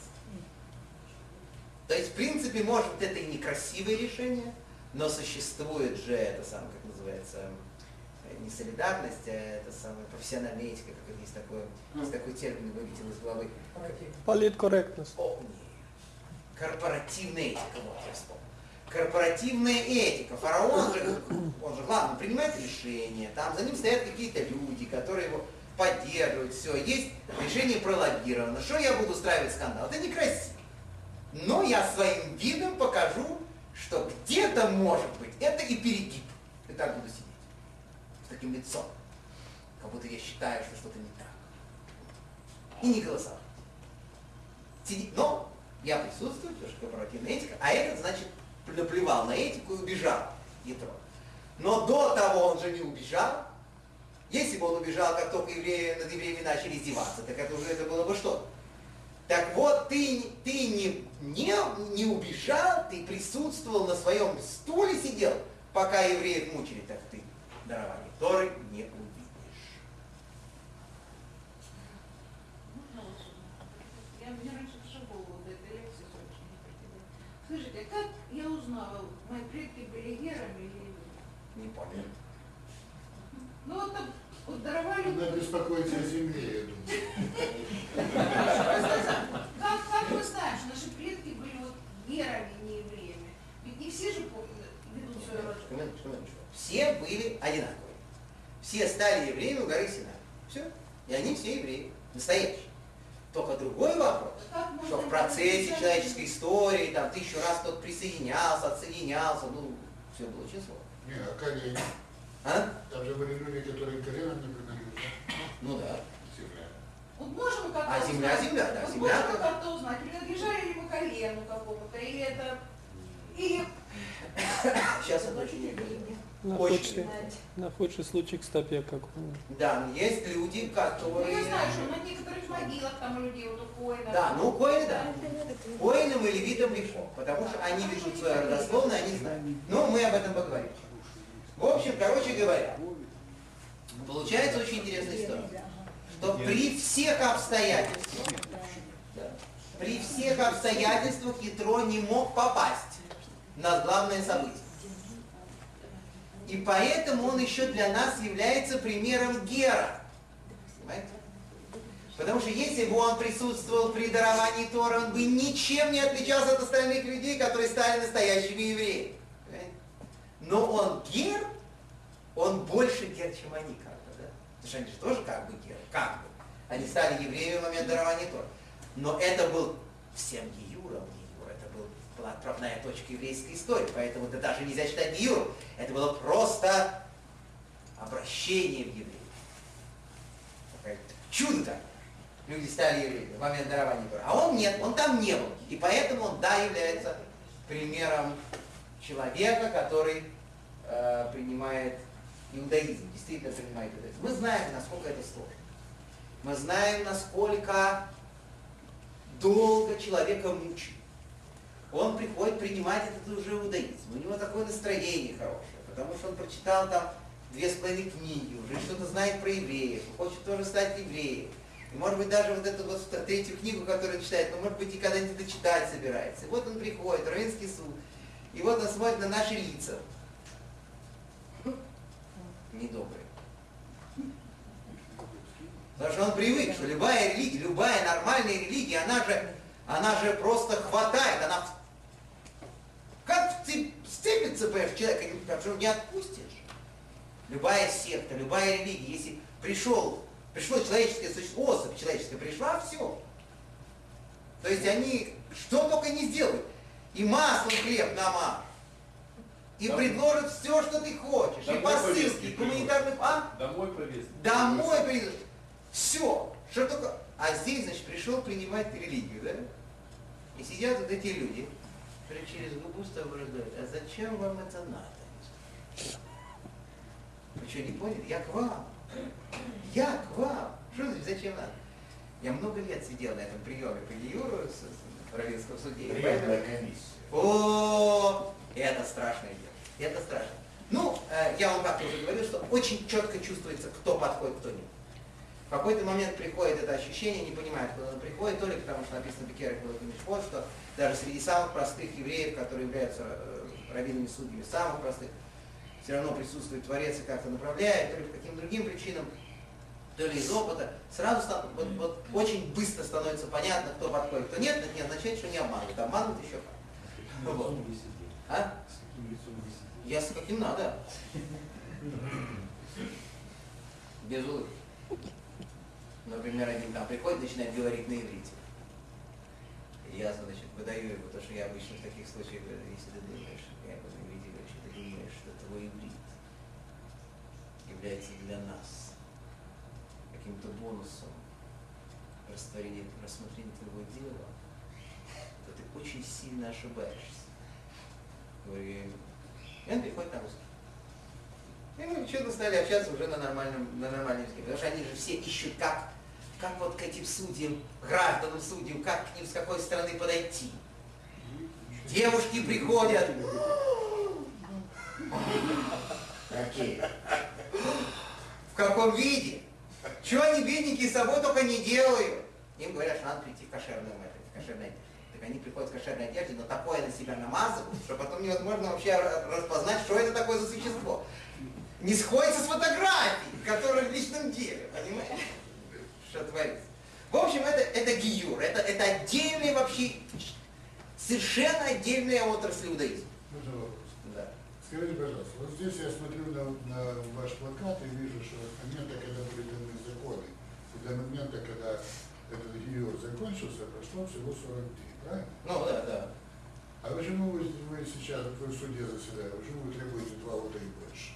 То есть, в принципе, может, это и некрасивое решение, но существует же это самое, как называется, не солидарность, а это самая профессиональная этика, как это есть такой, есть такой термин, вылетел из головы. Политкорректность. О, нет. Корпоративная этика, вот я вспомнил. Корпоративная этика. Фараон же, он же главный, принимает решения, там за ним стоят какие-то люди, которые его поддерживают, все, есть решение пролоббировано. Что я буду устраивать скандал? Это некрасиво. Но я своим видом покажу, что где-то, может быть, это и перегиб. И так буду сидеть. С таким лицом. Как будто я считаю, что что-то не так. И не голосовать. Сидеть. Но я присутствую, потому что корпоративная этика, а этот, значит, наплевал на этику и убежал. Ятро. Но до того он же не убежал. Если бы он убежал, как только евреи, над евреями начали издеваться, так это уже это было бы что? Так вот, ты, ты не, не, не убежал, ты присутствовал на своем стуле, сидел, пока евреев мучили, так ты дарование Торы не увидишь. Можно вот сюда? Я, мне раньше пришла в голову до этой лекции срочно не прикидывала. Слушайте, как я узнала, мои предки были герами или... Не понял. Ну вот там, вот даровали... Надо беспокоиться о земле, я думаю. Как, как мы знаем, что наши предки были вот герами, не евреями? Ведь не все же по- ведут свою рожу. Минуточку, минуточку. Все были одинаковые. Все стали евреями у горы Синай. Все. И они все евреи. Настоящие. Только другой вопрос, Как можно что в процессе это человеческой истории, там, тысячу раз кто-то присоединялся, отсоединялся, ну, все было очень сложно. Не, а колени? А? Там же были люди, которые коленом не принадлежат. Ну да. Земля. Вот можем мы как-то А земля, узнать, земля, да, вот земля, можем мы да. как-то узнать, принадлежали ли мы колену какому-то, или это... Или... Сейчас это очень неудобно. На Очень худший, неудобно. на худший случай к стопе какому. Да, есть люди, Ну, которые... я знаю, что на некоторых могилах там у людей вот у коинов. Да, ну коины, да. Коинам и левитам легко, потому что они ведут свое родословное, они знают. Но мы об этом поговорим. В общем, короче говоря, получается очень интересная история, что при всех обстоятельствах, да, при всех обстоятельствах Ятро не мог попасть на главное событие. И поэтому он еще для нас является примером Гера. Понимаете? Потому что если бы он присутствовал при даровании Торы, он бы ничем не отличался от остальных людей, которые стали настоящими евреями. Понимаете? Но он гер, он больше гер, чем они, как бы, да? Потому что они же тоже как бы гер, как бы. Они стали евреями в момент дарования Торы. Но это был всем геюром геюр, это был, была отправная точка еврейской истории, поэтому это даже нельзя считать геюром. Это было просто обращение в евреев. Такое чудо такое. Люди стали евреями в момент дарования Торы. А он нет, он там не был. И поэтому он, да, является примером человека, который э, принимает иудаизм, действительно принимает иудаизм. Мы знаем, насколько это сложно. Мы знаем, насколько долго человека мучают. Он приходит принимать этот уже иудаизм. У него такое настроение хорошее, потому что он прочитал там две с половиной книги, уже что-то знает про евреев, хочет тоже стать евреем. И может быть даже вот эту вот третью книгу, которую он читает, но может быть и когда-нибудь дочитать собирается. И вот он приходит, Равинский суд, и вот он смотрит на наши лица. Недобрые. Потому что он привык, что любая религия, любая нормальная религия, она же, она же просто хватает, она как сцепится, понимаешь, человека, потому что не отпустишь. Любая секта, любая религия, если пришел, пришло человеческое существо, особь человеческая пришла, все. То есть они что только не сделают. И маслом хлеб намажут. И Домой. предложат все, что ты хочешь. Домой и посылки, повестки и гуманитарный... А? Домой повестки. Домой придут. Все. Что только... А здесь, значит, пришел принимать религию, да? И сидят вот эти люди, которые через губу с тобой разговаривают. А зачем вам это надо? Вы что, не поняли? Я к вам. Я к вам. Что значит, зачем надо? Я много лет сидел на этом приеме по Геюру в Равинском суде. и Приемная поэтому- комиссия. О, это страшное дело. Это страшно. Ну, э, я вам как-то уже говорил, что очень четко чувствуется, кто подходит, кто нет. В какой-то момент приходит это ощущение, не понимает, куда оно приходит, то ли потому, что написано в Бекерах и Мишпот, что даже среди самых простых евреев, которые являются э, раввинами судьями, самых простых, все равно присутствует Творец и как-то направляет, то ли по каким другим причинам, то ли из опыта, сразу стан- вот, вот очень быстро становится понятно, кто подходит, кто нет, это не означает, что не обманывают, обманывают еще как. Вот. А? Я с каким надо. Без улыбки. Например, один там приходит, начинает говорить на иврите. И я, значит, выдаю его, потому что я обычно в таких случаях говорю, если ты думаешь, я его на иврите говорю, если ты думаешь, что твой иврит является для нас каким-то бонусом рассмотрения, рассмотрения твоего дела, то ты очень сильно ошибаешься. Говорю я ему. И он приходит на русский. И мы что-то стали общаться уже на нормальном, на нормальном языке. Потому что они же все ищут как как вот к этим судьям, гражданам судьям, как к ним, с какой стороны подойти. Девушки приходят. Какие? В каком виде? Чего они бедненькие с собой только не делают? Им говорят, что надо прийти в кошерную это, в кошерной одежде. Так они приходят в кошерной одежде, но такое на себя намазывают, что потом невозможно вообще распознать, что это такое за существо. Не сходится с фотографией, которая в личном деле, понимаешь? Что творится. В общем, это, это гиюр, это, это отдельный вообще, совершенно отдельная отрасль иудаизма. Можно вопрос? Да. Скажите, пожалуйста, вот здесь я смотрю на, на ваш плакат и вижу, что от момента, когда были даны законы, и до момента, когда этот гиюр закончился, прошло всего сорок дней, правильно? Ну да, да. А почему вы, вы сейчас, вы в суде заседаете, почему вы требуете два года и больше?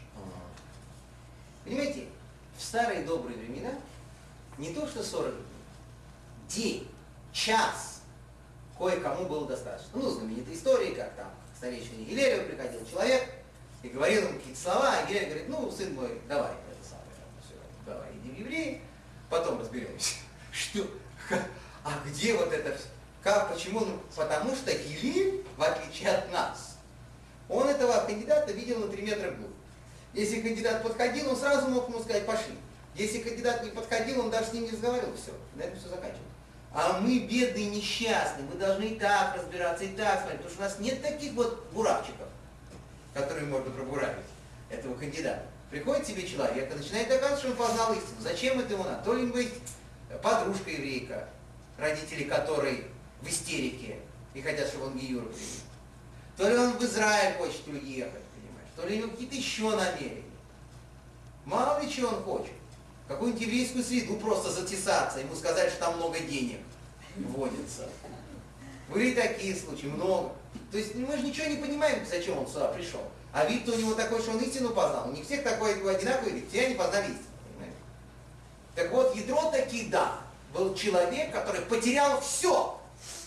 Понимаете, в старые добрые времена не то что сорок дней, день, час кое-кому было достаточно. Ну, знаменитые истории, как там к старейшине Гилелю приходил человек и говорил ему какие-то слова, а Гилель говорит, ну, сын мой, давай это самое, все, давай, иди в евреи, потом разберемся. Что? А где вот это все? Как, почему? Ну, потому что Гилель, в отличие от нас, он этого кандидата видел на три метра вглубь. Если кандидат подходил, он сразу мог ему сказать, пошли. Если кандидат не подходил, он даже с ним не разговаривал, все, на этом все заканчивалось. А мы, бедные, несчастные, мы должны и так разбираться, и так смотреть, потому что у нас нет таких вот буравчиков, которые можно пробуравить этого кандидата. Приходит тебе человек и начинает доказывать, что он познал истину. Зачем это ему надо? То ли ему быть подружка еврейка, родители которой в истерике и хотят, чтобы он гиюр принял. То ли он в Израиль хочет уехать, понимаешь, то ли у него какие-то еще намерения. Мало ли чего он хочет. Какую-нибудь еврейскую среду просто затесаться, ему сказать, что там много денег вводится. Были такие случаи, много. То есть мы же ничего не понимаем, зачем он сюда пришел. А вид-то у него такой, что он истину познал. У них всех такой одинаковый вид, все они познали истину. Понимаете? Так вот, ядро таки да, был человек, который потерял все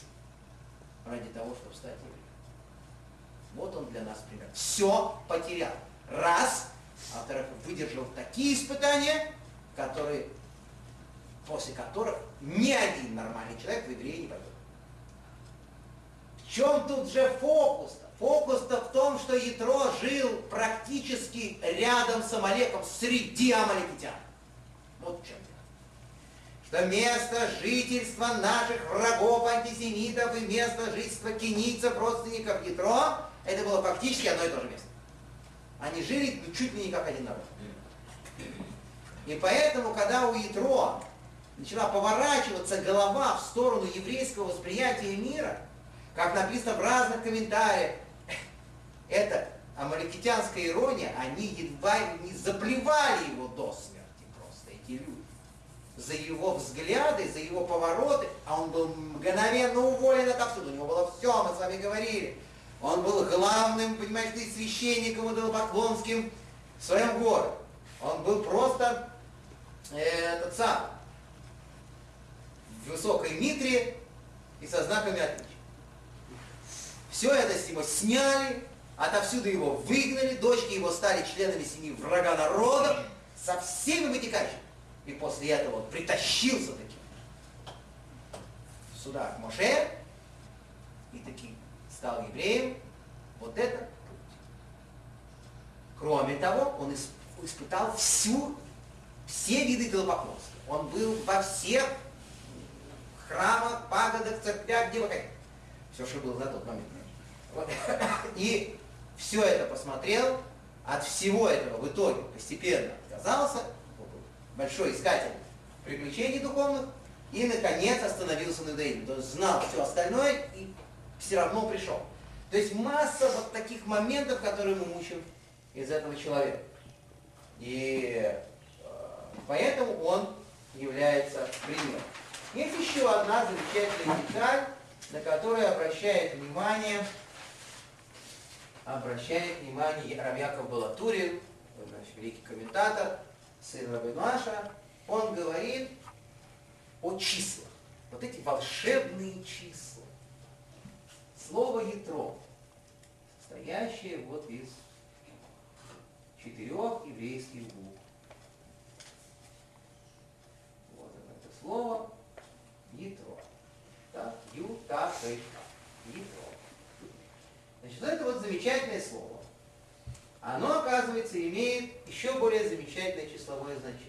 ради того, чтобы стать евреем. Вот он для нас пример. Все потерял. Раз, а во-вторых, выдержал такие испытания, которые, после которых ни один нормальный человек в евреи не пойдет. В чем тут же фокус-то? Фокус-то в том, что Ятро жил практически рядом с Амалеком, среди амалекитян. Вот в чем дело. Что место жительства наших врагов, антисемитов и место жительства кенийцев, родственников Ятро, это было фактически одно и то же место. Они жили ну, чуть ли не как один народ. И поэтому, когда у Ятро начала поворачиваться голова в сторону еврейского восприятия мира, как написано в разных комментариях, это амалекитянская ирония, они едва не заплевали его до смерти просто, эти люди. За его взгляды, за его повороты, а он был мгновенно уволен отовсюду, у него было все, мы с вами говорили. Он был главным, понимаешь, ты, священником идолопоклонским в своем городе. Он был просто э, этот сам в высокой митре и со знаками отличия. Все это с него сняли, отовсюду его выгнали, дочки его стали членами семьи врага народа, со всеми вытекающими. И после этого он притащился таки сюда к Моше и таки стал евреем. Вот это путь. Кроме того, он испытал всю, все виды идолопоклонства. Он был во всех храмах, пагодах, церквях, где вы хотите. Все, что было на тот момент. Вот. И все это посмотрел, от всего этого в итоге постепенно отказался, большой искатель приключений духовных, и, наконец, остановился на иудаизме. То есть знал все остальное и все равно пришел. То есть масса вот таких моментов, которые мы учим из этого человека. И э, поэтому он является примером. Есть еще одна замечательная деталь, на которую обращает внимание, обращает внимание Рав Яков Балатурин, великий комментатор, сын Рабейну Аша. Он говорит о числах. Вот эти волшебные числа. Слово Ятро, состоящее вот из четырех еврейских букв. Вот это слово. капает ядро. Значит, вот это вот замечательное слово. Оно, оказывается, имеет еще более замечательное числовое значение.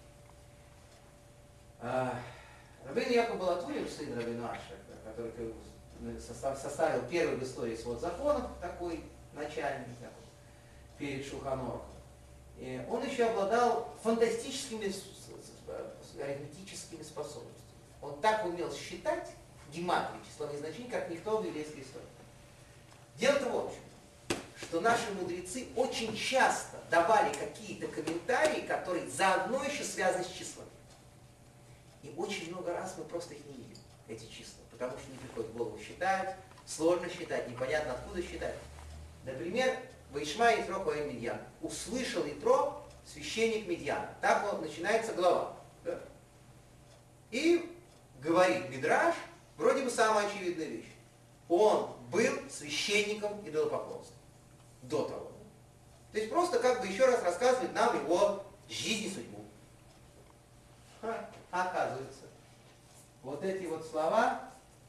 Рабейну Яков Балатурин, сын Рабейну Аша, который составил первый в истории свод законов, такой начальник такой, перед Шулхан Арухом, он еще обладал фантастическими арифметическими способностями. Он так умел считать гематрии, числовые значения, как никто в еврейской истории. Дело-то в общем, что наши мудрецы очень часто давали какие-то комментарии, которые заодно еще связаны с числами. И очень много раз мы просто их не видим, эти числа, потому что не приходит в голову считать, сложно считать, непонятно откуда считать. Например, Ваишма Итро Коэн Медьян. Услышал Итро священник Медьяна. Так вот начинается глава. Да? И говорит Мидраш, вроде бы самая очевидная вещь. Он был священником идолопоклонства. До того. То есть просто как бы еще раз рассказывает нам его жизнь и судьбу. Ха, оказывается, вот эти вот слова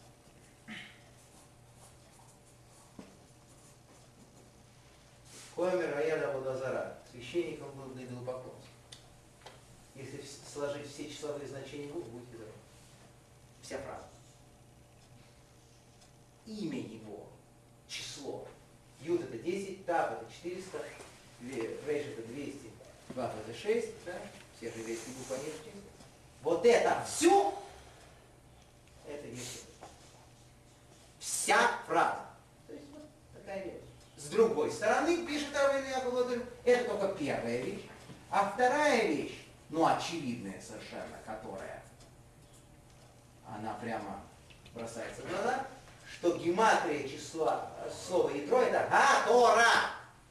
Хомер Аяда Водозара, священником был для идолопоклонства. Если сложить все числовые значения в будет ядро. Вся фраза. Имя его, число. Юд это десять, Тав это четыреста, Рейш это двести, Вав это шесть, да? Все же еврейские буквы они числа. Вот это все, это есть вся фраза. То есть вот такая вещь. С другой стороны, пишет Рабейну Яков Балатурин, это только первая вещь. А вторая вещь, ну очевидная совершенно, которая, она прямо бросается в глаза, что гематрия числа слова Ятро это Га-Тора.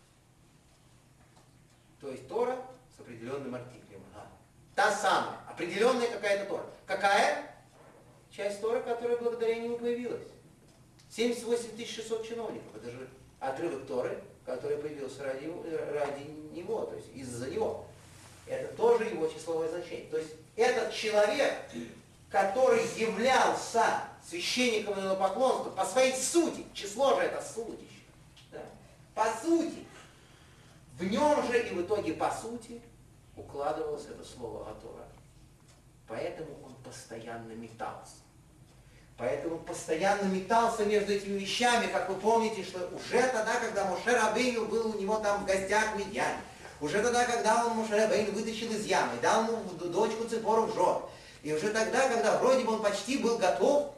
То есть Тора с определенным артиклем. Га. Та самая, определенная какая-то Тора. Какая? Часть Торы, которая благодаря нему появилась. семьдесят восемь тысяч шестьсот чиновников. Это же отрывок Торы, который появился ради, ради него, то есть из-за него. Это тоже его числовое значение. То есть этот человек, который являлся священником идолопоклонства по своей сути, число же это судище, да, по сути, в нем же и в итоге по сути укладывалось это слово Га-Тора. Поэтому он постоянно метался. Поэтому постоянно метался между этими вещами, как вы помните, что уже тогда, когда Моше Рабейну был у него там в гостях в Медьяне, уже тогда, когда он Моше Рабейну вытащил из ямы, дал ему дочку Ципору в жен, и уже тогда, когда вроде бы он почти был готов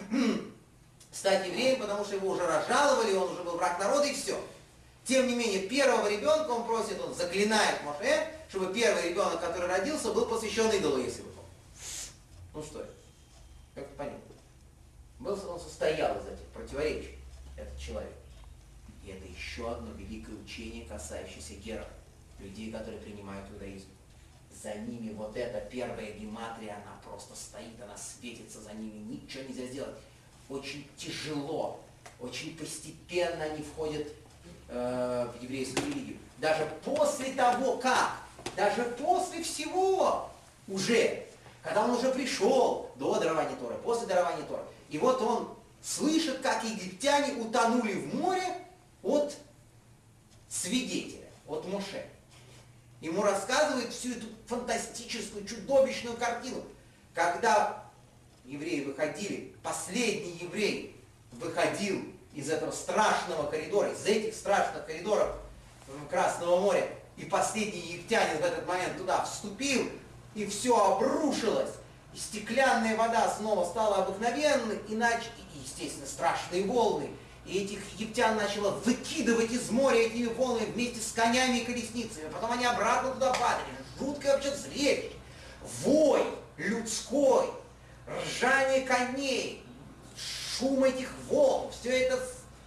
стать евреем, потому что его уже разжаловали, он уже был враг народа и все. Тем не менее, первого ребенка он просит, он заклинает Моше, чтобы первый ребенок, который родился, был посвящен идолу, если вы помните. Ну что это? Как понятно. Был, он состоял из этих противоречий, этот человек. И это еще одно великое учение, касающееся геров, людей, которые принимают иудаизм. За ними вот эта первая гематрия, она просто стоит, она светится за ними, ничего нельзя сделать. Очень тяжело, очень постепенно они входят э, в еврейскую религию. Даже после того, как, даже после всего уже, когда он уже пришел до дарования Торы, после дарования Торы, и вот он слышит, как египтяне утонули в море от свидетеля, от Моше. Ему рассказывают всю эту фантастическую, чудовищную картину. Когда евреи выходили, последний еврей выходил из этого страшного коридора, из этих страшных коридоров Красного моря, и последний египтянин в этот момент туда вступил, и все обрушилось. И стеклянная вода снова стала обыкновенной, иначе, и, естественно, страшные волны. И этих египтян начало выкидывать из моря этими волнами вместе с конями и колесницами. Потом они обратно туда падали. Жуткое вообще зрелище. Вой людской, ржание коней, шум этих волн. Все это...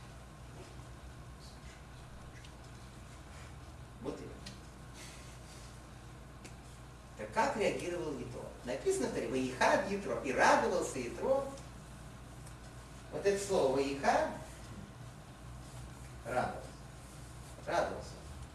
Вот это. Так как реагировал Ятро? Написано в Торе, «Ваихад Ятро», и радовался Ятро. Вот это слово «Ваихад» радовался. Радовался.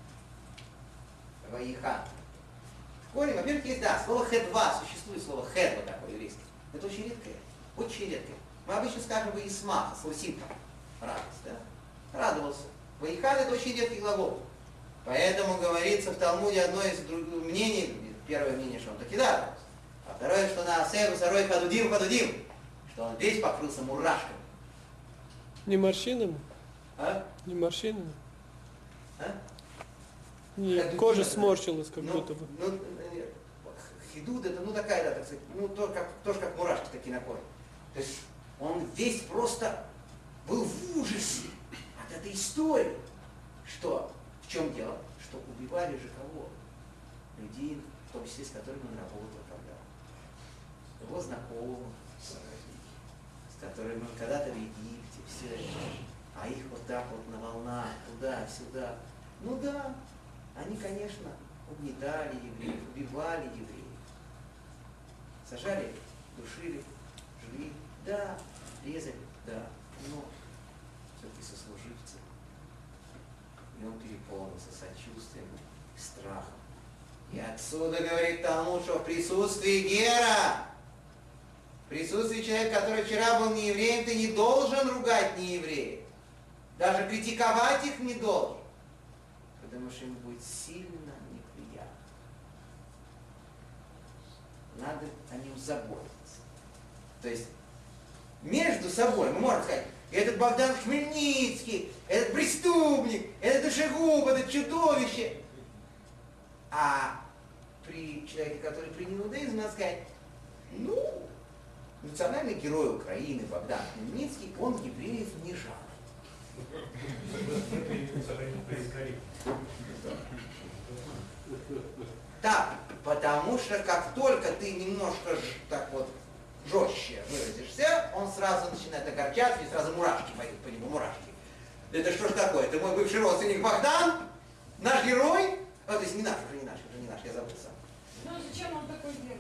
Ваихад. В корне, во-первых, есть, да, слово «хедва», существует слово «хедва» такое еврейское. Это очень редкое, очень редкое. Мы обычно скажем вы исмаха, слусимка, радость, да? Радовался. Ваихан это очень редкий глагол. Поэтому говорится в Талмуде одно из мнений, первое мнение, что он таки да радовался. А второе, что на асеру сарой ходудим, ходудим, что он весь покрылся мурашками. Не морщинами? А? Не морщинами? А? Не, Ходудим кожа это- сморщилась как ну, будто бы. Ну, э, хидуд это, ну такая, да, так сказать, ну то, как, тоже как мурашки такие на коже. То есть он весь просто был в ужасе от этой истории. Что? В чем дело? Что убивали же кого? Людей, в том числе, с которыми он работал когда. Его знакомых, с которыми он когда-то в Египте, все это. А их вот так вот на волнах, туда-сюда. Ну да, они, конечно, угнетали евреев, убивали евреев. Сажали, душили, жгли, да, резали, да, но все-таки сослуживцы. И он переполнился сочувствием, страхом. И отсюда говорит Талмуд, что в присутствии Гера, в присутствии человека, который вчера был не евреем, ты не должен ругать неевреев. Даже критиковать их не должен. Потому что ему будет сильно неприятно. Надо о нем заботиться. То есть между собой мы можем сказать, этот Богдан Хмельницкий, этот преступник, этот душегуб, это чудовище. А при человеке, который принял иудаизм, надо сказать, ну, национальный герой Украины Богдан Хмельницкий, он евреев не жалует. Так, потому что как только ты немножко ж- так вот жестче выразишься, он сразу начинает огорчаться, и сразу мурашки пойдут по нему, мурашки. Это что ж такое? Это мой бывший родственник Богдан? Наш герой? А, то есть не наш, уже не наш, уже не наш, я забыл сам. Ну зачем он такой герой?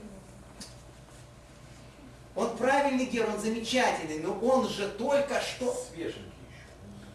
Он правильный герой, он замечательный, но он же только что... Свеженький еще.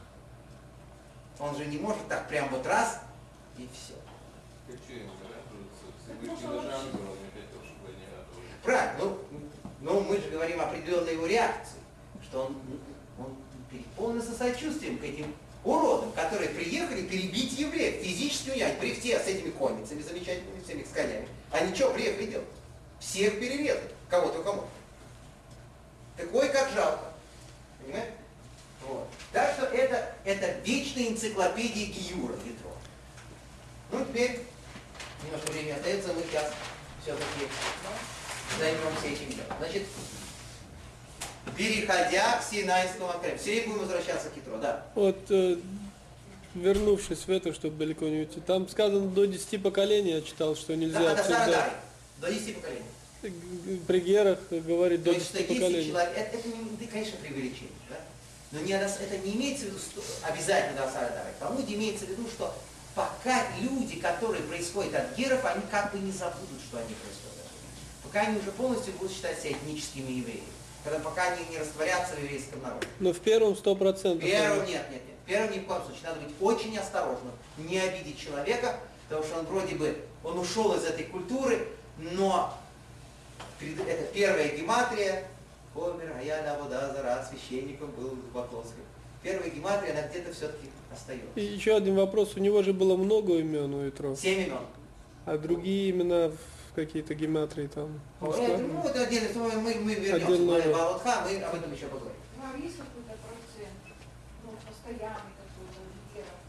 Он же не может так прям вот раз и все. Как что ему радуется? Если быть даже ангелом, я хотел, чтобы они радовались. Правильно, ну, ну мы же говорим о определенной его реакции, что он, он переполнился сочувствием к этим уродам, которые приехали перебить евреев, физически унять, при все с этими конницами замечательными, всеми с конями. Они что приехали делать? Всех перерезать, кого-то кому. Так ой, как жалко. Понимаете? Вот. Так что это, это вечная энциклопедия Гиюра Ятро. Ну теперь немножко времени остается, мы сейчас все-таки займемся этим делом. Значит, переходя к Синайскому откровению. Все время будем возвращаться к Ятро, да. Вот, э, вернувшись в это, чтобы далеко не уйти, там сказано до десяти поколений, я читал, что нельзя Да, это обсуждать. Сарадай, до десяти поколений. При герах говорит То до есть, что десяти если поколений. человек, это, это не, это, конечно, преувеличение, да? Но не, это не имеется в виду что обязательно до Сарадай. В Талмуде имеется в виду, что пока люди, которые происходят от геров, они как бы не забудут, что они происходят от геров. Пока они уже полностью будут считать себя этническими евреями. Когда пока они не растворятся в еврейском народе. Но в первом сто процентов. Первым нет, нет, нет. Первым ни в коем случае. Надо быть очень осторожным. Не обидеть человека, потому что он вроде бы, он ушел из этой культуры, но это первая гематрия, Хомер, а я на вода зара, священником был в Бакловской. Первая гематрия, она где-то все-таки остается. И еще один вопрос. У него же было много имен у Итро. Семь имен. А другие имена в какие-то гематрии там? Ну, это, ну, это отдельно, мы, мы вернемся Отдельно. в Балатха, мы об этом еще поговорим. Ну, а есть какой-то процент, ну, постоянный какой-то геров?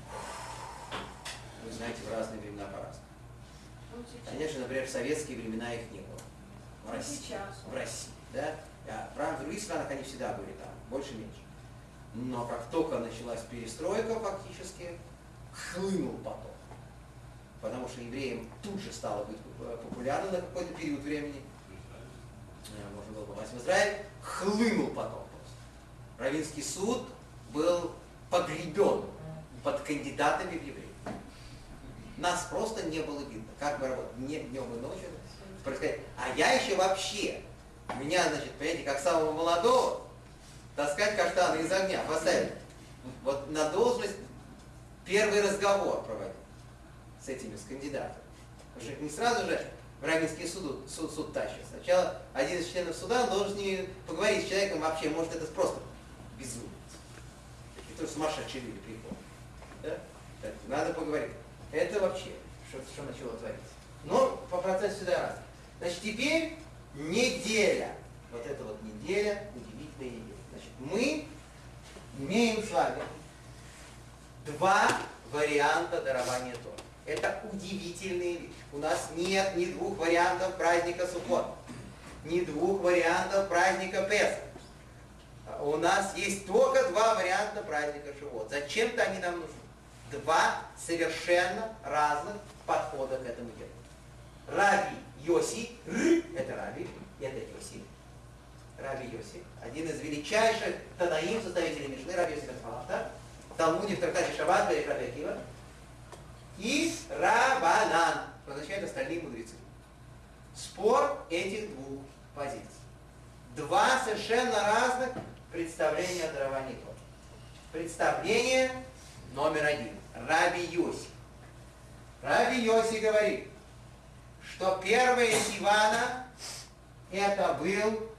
Вы знаете, в разные времена по-разному. Вот сейчас. Конечно, например, в советские времена их не было. В России. Сейчас. В России, да? А в других странах они всегда были там, больше-меньше. Но как только началась перестройка фактически, хлынул поток. Потому что евреям тут же стало быть популярно на какой-то период времени. Можно было попасть в Израиль. Хлынул поток просто. Раввинский суд был погребен под кандидатами в евреи. Нас просто не было видно. Как мы работали, не днем и ночью. Происходит. А я еще вообще, меня, значит, понимаете, как самого молодого, таскать каштаны из огня, поставили. Вот на должность первый разговор проводить с этими, с кандидатами. Потому что не сразу же в раввинский суд, суд, суд тащит. Сначала один из членов суда должен не поговорить с человеком вообще, может это просто безумец. Это сумасшедшие люди приходят. Да? Так, надо поговорить. Это вообще, что, что начало твориться. Но по процессу сюда раз. Значит, теперь неделя. Вот эта вот неделя, удивительная неделя. Значит, мы имеем с вами два варианта дарования Торы. Это удивительные вещи. У нас нет ни двух вариантов праздника Суккот, ни двух вариантов праздника Песах. У нас есть только два варианта праздника Шивот. Зачем-то они нам нужны. Два совершенно разных подхода к этому делу. Раби Йоси, это Раби, это Йоси. Раби Йоси, один из величайших танаим, составителей Мишны, Раби Йоси бен Халафта, в Талмуде в трактате Шаббат, Берех Раби Акива, и Рабанан, что означает остальные мудрецы. Спор этих двух позиций. Два совершенно разных представления о даровании Торы. Представление номер один. Раби Йоси. Раби Йоси говорит, что первое Сивана это был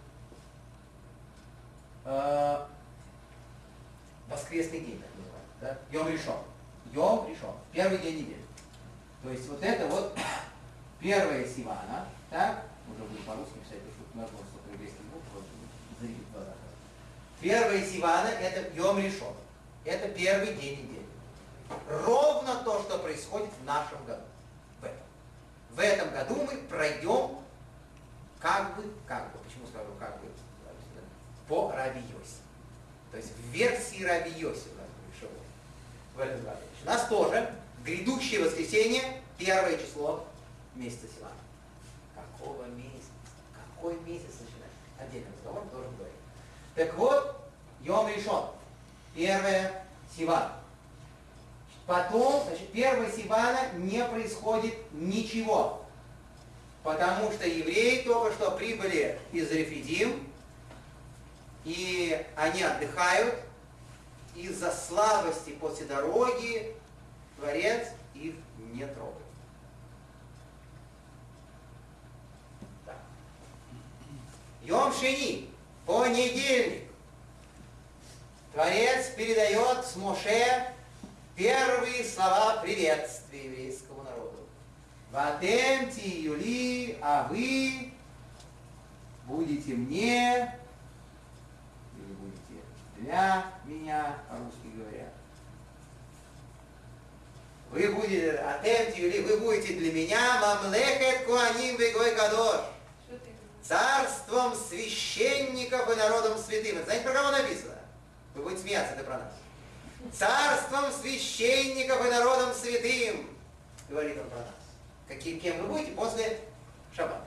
э, воскресный день, так называемый, да? Йом Ришон. Йом Ришон. Первый день недели. То есть вот это вот первое Сивана, так? Уже буду по-русски писать, потому что нужно столько еврейских букв, вот, зарядить в глазах. Первое Сивана это Йом Ришон. Это первый день недели. Ровно то, что происходит в нашем году. В этом. В этом году мы пройдем как бы, как бы, почему скажу как бы, по Раби Йоси. То есть в версии Раби Йоси у нас будет Шивот. В этом году. У нас тоже грядущее воскресенье, первое число месяца Сивана. Какого месяца? Какой месяц начинается? Отдельный разговор должен говорить. Так вот, Йом Ришон. Первое Сивана. Потом, значит, первого Сивана не происходит ничего. Потому что евреи только что прибыли из Рефидим, и они отдыхают. Из-за слабости после дороги Творец их не трогает. Так. Йом Шени, понедельник. Творец передает с Моше первые слова приветствия еврейскому народу. Ватем ти юли, а вы будете мне, или будете для меня, по-русски говоря. Вы будете, атем ти юли, вы будете для меня, мамлехет куаним вегой кадош. Царством священников и народом святым. Это знаете, про кого написано? Вы будете смеяться, это про нас. Царством священников и народом святым, говорит он про нас. Каким, кем вы будете после Шаббата?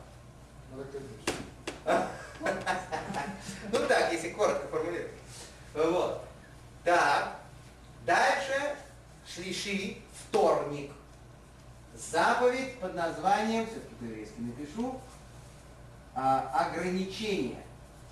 Ну так, если коротко формулировать. Вот. Так. Дальше шлиши, вторник. Заповедь под названием, все-таки по-еврейски напишу, ограничение.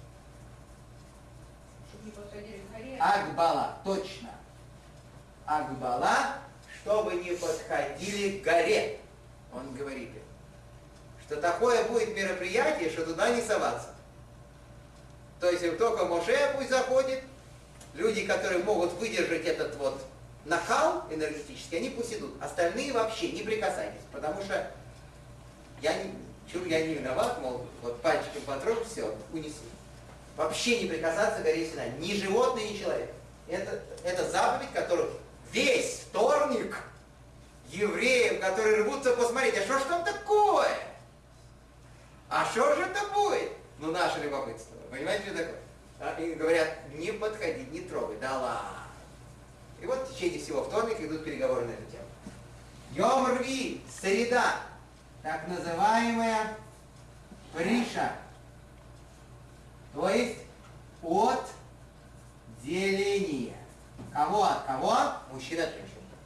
Агбала, точно. Агбала, чтобы не подходили к горе. Он говорит, что такое будет мероприятие, что туда не соваться. То есть только Моше пусть заходит, люди, которые могут выдержать этот вот накал энергетический, они пусть идут. Остальные вообще не прикасайтесь, потому что я не, чур, я не виноват, мол, вот пальчиком потрогал, все, унесу. Вообще не прикасаться к горе Синай. Ни животное, ни человек. Это, это заповедь, которую весь вторник евреям, которые рвутся посмотреть, а что ж там такое? А что же это будет? Ну, наше любопытство. Понимаете, что такое? А, и говорят, не подходи, не трогай. Да ладно. И вот в течение всего вторника идут переговоры на эту тему. Йом Рви, среда, так называемая Приша. То есть от деления. Кого от кого? Мужчин от женщин.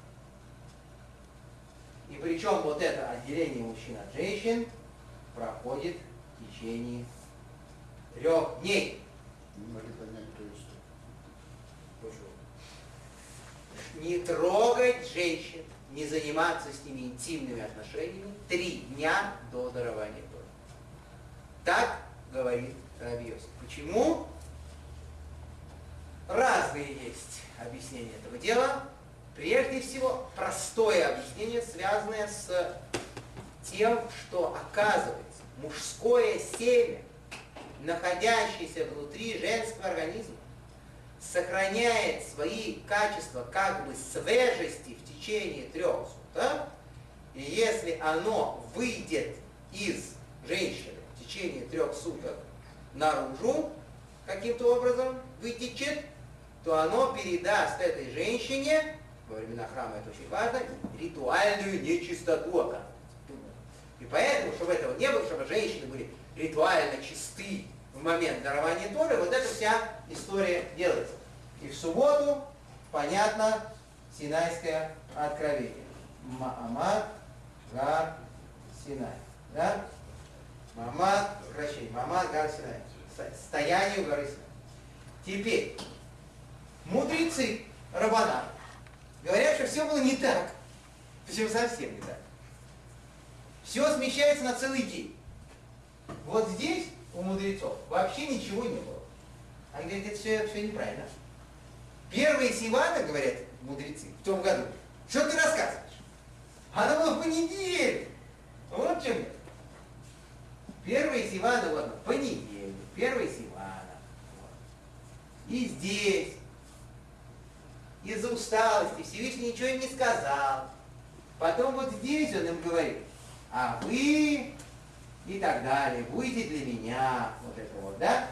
И причем вот это отделение мужчин от женщин проходит в течение трех дней. Не могли понять, кто есть кто. Не трогать женщин, не заниматься с ними интимными отношениями три дня до дарования Торы. Так говорит Раби Йосеф. Почему? Разные есть объяснения этого дела. Прежде всего, простое объяснение, связанное с тем, что, оказывается, мужское семя, находящееся внутри женского организма, сохраняет свои качества как бы свежести в течение трех суток, и если оно выйдет из женщины в течение трех суток наружу, каким-то образом вытечет, то оно передаст этой женщине, во времена храма это очень важно, ритуальную нечистоту, оказывается. И поэтому, чтобы этого не было, чтобы женщины были ритуально чисты в момент дарования Торы, вот эта вся история делается. И в субботу, понятно, Синайское откровение. Маамад Гар Синай. Да? Маамад, прощение, Маамад Гар Синай. Стояние у горы Синай. Теперь, мудрецы, раббанан, говорят, что все было не так. Причем совсем не так. Все смещается на целый день. Вот здесь у мудрецов вообще ничего не было. Они говорят, это все, все неправильно. Первые Сивана, говорят мудрецы, в том году, что ты рассказываешь? Оно было в понедельник. Вот в чем дело. Первые Сивана, вот, в понедельник. Первые Сивана. Вот. И здесь из-за усталости Всевышний ничего им не сказал. Потом вот здесь он им говорит, а вы и так далее, будете для меня, вот это вот, да?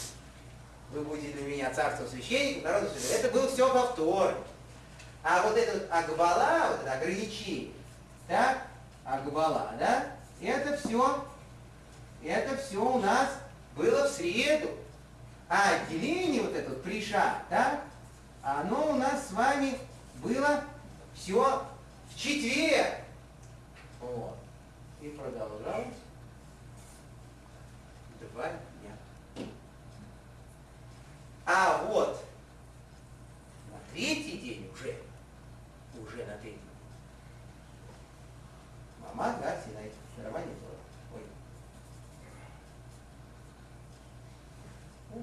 Вы будете для меня царство священников, народу священников. Это было все во вторник. А вот это вот агбала, вот это ограничение, да? Агбала, да? Это все, это все у нас было в среду. А отделение вот это вот приша, да? Оно у нас с вами было все в четверг. Вот. И продолжалось два дня. А вот на третий день уже, уже на третий день, мама Гар Синай, дарование Торы. Ой. О.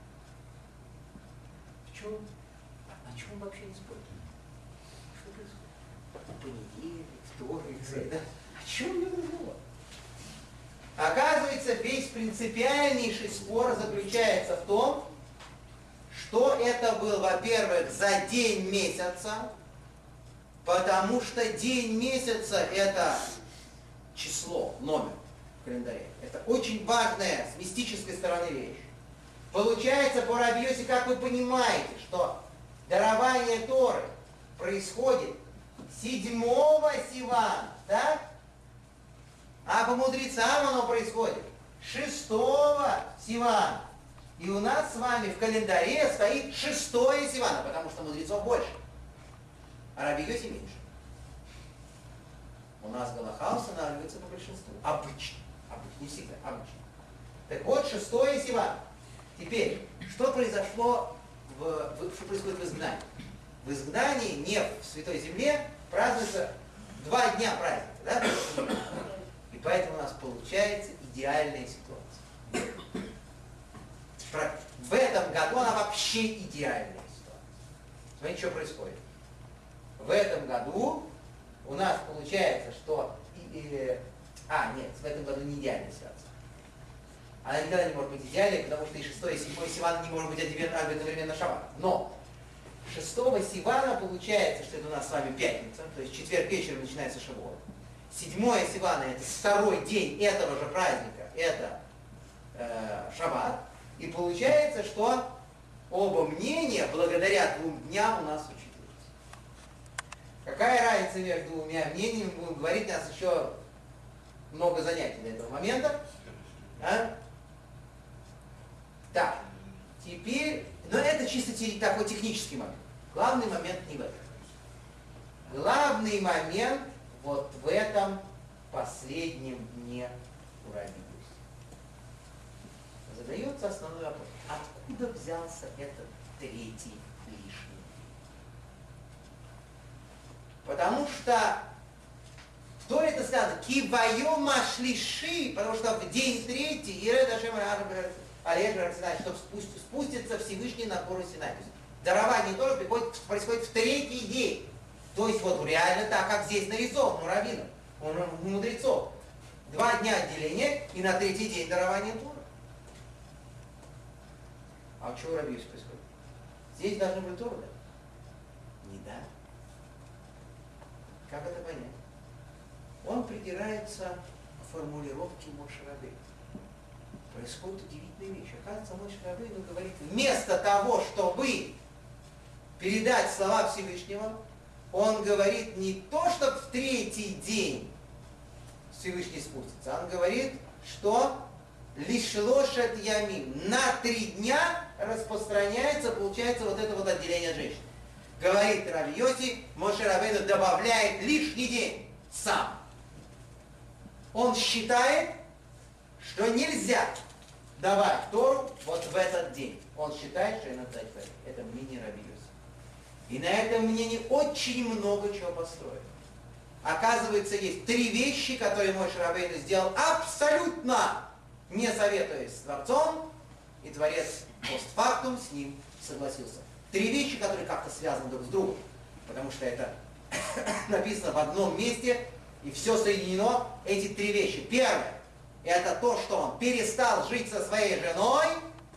В чем? О чем вообще не спорят? Что происходит? Понедельник, вторник, среда. О чем не разговор? Оказывается, весь принципиальнейший спор заключается в том, что это был, во-первых, за день месяца, потому что день месяца – это число, номер в календаре. Это очень важная с мистической стороны вещь. Получается, по Раби Йоси, как вы понимаете, что дарование Торы происходит седьмого Сивана, да? А по мудрецам оно происходит шестого Сивана. И у нас с вами в календаре стоит шестое Сивана, потому что мудрецов больше, а Раби Йоси меньше. У нас Галаха устанавливается по большинству. Обычно. Обычно. Не всегда. Обычно. Так вот, шестое Сивана. Теперь, что произошло, в, в, что происходит в изгнании? В изгнании, не в Святой Земле, празднуется два дня праздника, да? И поэтому у нас получается идеальная ситуация. В этом году она вообще идеальная ситуация. Смотрите, что происходит. В этом году у нас получается, что... И, и, а, нет, в этом году не идеальная ситуация. Она никогда не может быть идеальной, потому что и шестое, и седьмое Сивана не может быть одновременно шаббат. Но шестого Сивана получается, что это у нас с вами пятница, то есть четверг вечером начинается шавуот. Седьмое Сивана – это второй день этого же праздника, это э, шаббат. И получается, что оба мнения, благодаря двум дням, у нас учитываются. Какая разница между двумя мнениями, будем говорить, у нас еще много занятий до этого момента. А? Так, теперь, но это чисто такой технический момент. Главный момент не в этом. Главный момент вот в этом последнем дне у Раби Йоси. Задается основной вопрос. Откуда взялся этот третий лишний? Потому что в Торе это сказано, кивайо машлиши, потому что в день третий, Ире Дашем Алежа Арсенай, чтобы спуститься Всевышний на гору Синай. То есть дарование тоже приходит, происходит в третий день. То есть вот реально так, как здесь нарисовано у раввинов, у мудрецов. Два дня отделения и на третий день дарование Тора. А у чего у Раби Йосифа происходит? Здесь должны быть Тора, да? Не да. Как это понять? Он придирается к формулировке Моше Рабейну. Происходит удивительная вещь. Оказывается, Моше Рабейну говорит, вместо того, чтобы передать слова Всевышнего, он говорит не то, чтобы в третий день Всевышний спустится, он говорит, что лишь лошадь ямим. На три дня распространяется, получается, вот это вот отделение женщин. Говорит Раби Йоси, Моше Рабейну добавляет лишний день сам. Он считает, что нельзя давать Тору вот в этот день. Он считает, что это это мнение Раби Йоси. И на этом мнении очень много чего построено. Оказывается, есть три вещи, которые Моше Рабейну сделал абсолютно не советуясь с Творцом, и Творец постфактум с ним согласился. Три вещи, которые как-то связаны друг с другом, потому что это написано в одном месте, и все соединено, эти три вещи. Первое, это то, что он перестал жить со своей женой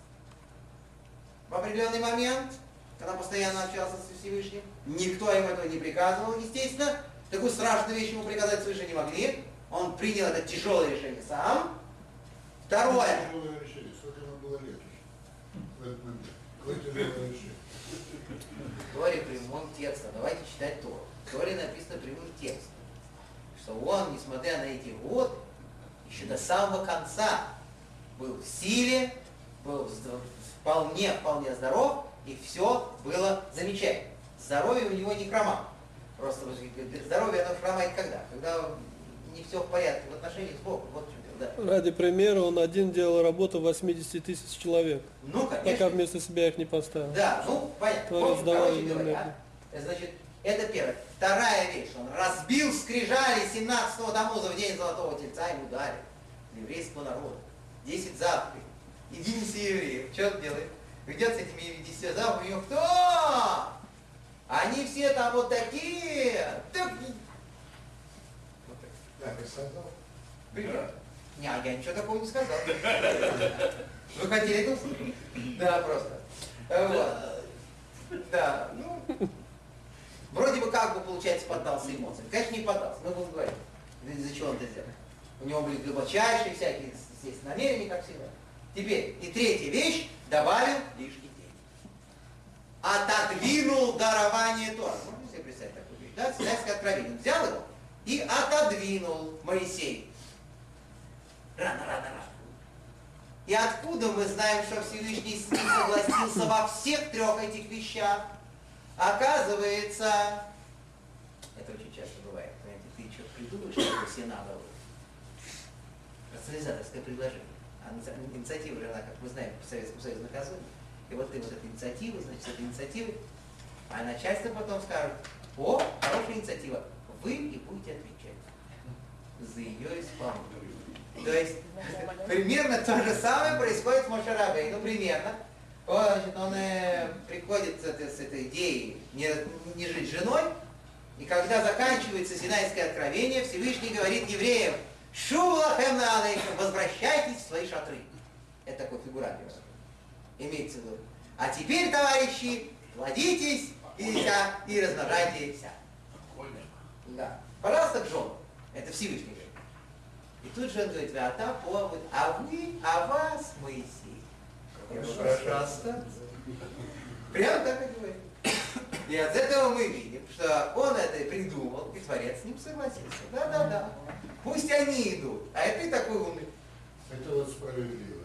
в определенный момент, когда постоянно общался с Всевышним. Никто ему этого не приказывал, естественно. Такую страшную вещь ему приказать свыше не могли. Он принял это тяжелое решение сам. Второе. Тяжелое решение. Сколько ему было лет в этот момент? Какое тяжелое решение? В Торе прямым текстом. Давайте читать Тору. В Торе написано прямым текстом, что он, несмотря на эти годы, еще до самого конца был в силе, был вполне, вполне здоров, и все было замечательно. Здоровье у него не хромало. Просто здоровье оно хромает когда? Когда не все в порядке в отношениях с Богом. Вот в чем дело, да. Ради примера, он один делал работу восемьдесят тысяч человек. Ну, конечно. Пока вместо себя их не поставил. Да, ну, понятно. Творец Помню, давал короче им говоря, значит, это первое. Вторая вещь. Он разбил скрижали семнадцатого Тамуза в день Золотого Тельца и ударил еврейского народа. Десять заповедей. Единица евреев. Что он делает? Ведет с этими десятью заповедями. Кто? Они все там вот такие. Так... Так и сказал. Примерно. Не, я ничего такого не сказал. Вы хотели это услышать? Да, просто. Вот. Да, ну... Вроде бы как бы, получается, поддался эмоциям. Конечно, не поддался, мы будем говорить, из-за чего он это сделал. У него были глубочайшие всякие, естественно, намерения, как всегда. Теперь, и третья вещь, добавил лишний день. Отодвинул дарование Тора. Можете себе представить такую вещь? Да, Синайское откровение. Взял его и отодвинул Моисей. Рано, рано, рано. И откуда мы знаем, что Всевышний с ним согласился во всех трех этих вещах? Оказывается, это очень часто бывает, понимаете, ты что-то придумаешь, что все надо. Рационализаторское предложение. А инициатива же, она, как мы знаем, в Советском Союзе наказуема. И вот ты вот эта инициатива, значит, с этой инициативой, а начальство потом скажет, о, хорошая инициатива, вы и будете отвечать за ее исполнение. То есть, примерно то же самое происходит с Моше Рабейну, ну, примерно. Он, значит, он э, приходит с этой, с этой идеей не, не жить с женой, и когда заканчивается Синайское откровение, Всевышний говорит евреям, «Шулахем на алейхем, возвращайтесь в свои шатры». Это такой фигуральный разговор. Имеется в виду. А теперь, товарищи, плодитесь и, вся, и размножайтесь. Да. Пожалуйста, к женам. Это Всевышний говорит. И тут же он говорит, а та повод, а вы, а вас, Моисей. Я говорю, пожалуйста. Прямо так и говорит. И от этого мы видим, что он это придумал, и Творец с ним согласился. Да-да-да. Пусть они идут, а ты такой умный. Это вот справедливо.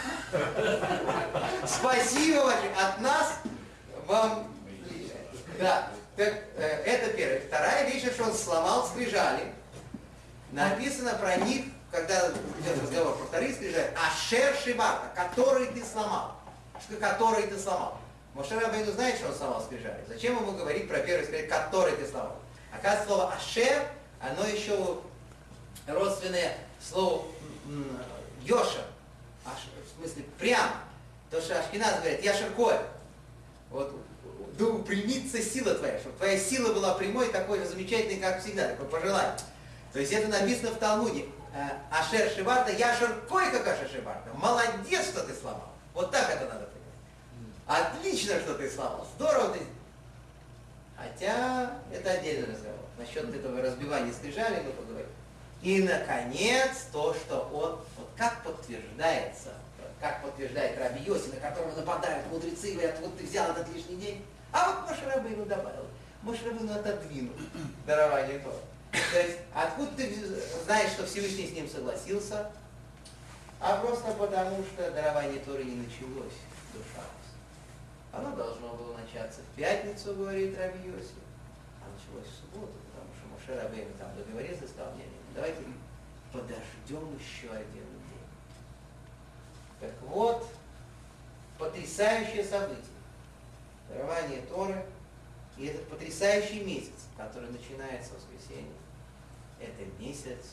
Спасибо большое от нас вам. Да, так, э, это первое. Вторая вещь, что он сломал скрижали. Написано про них, когда идет разговор про вторые скрижали, ашер шибата, который ты сломал. Что который ты сломал. Моше Рабейну знает, что он сломал скрижали. Зачем ему говорить про первый скрижали, который ты сломал? Оказывается, слово ашер, оно еще родственное слову йошер, в смысле прямо. То, что Ашкеназ говорит, яшер коэн. Вот, да упрямится сила твоя, чтобы твоя сила была прямой, такой же замечательной, как всегда, такой пожелание. То есть это написано в Талмуде. Ашер Шибарта, Яшер Кой, как Ашер Шибарта. Молодец, что ты сломал. Вот так это надо понять. Отлично, что ты сломал. Здорово ты. Хотя это отдельный разговор. Насчет этого разбивания скрижали мы поговорим. И, наконец, то, что он, вот как подтверждается, как подтверждает Раби Йоси, на которого нападают мудрецы, говорят, вот ты взял этот лишний день, а вот Моше Рабейну добавил. Моше Рабейну отодвинул дарование Торы. То есть, откуда ты знаешь, что Всевышний с ним согласился? А просто потому, что дарование Торы не началось в душа. Оно должно было начаться в пятницу, говорит Раби Йоси, а началось в субботу, потому что Моше Рабейну там договорился с исполнением. Давайте подождем еще один день. Так вот, потрясающее событие. Дарование Торы и этот потрясающий месяц, который начинается в воскресенье, это месяц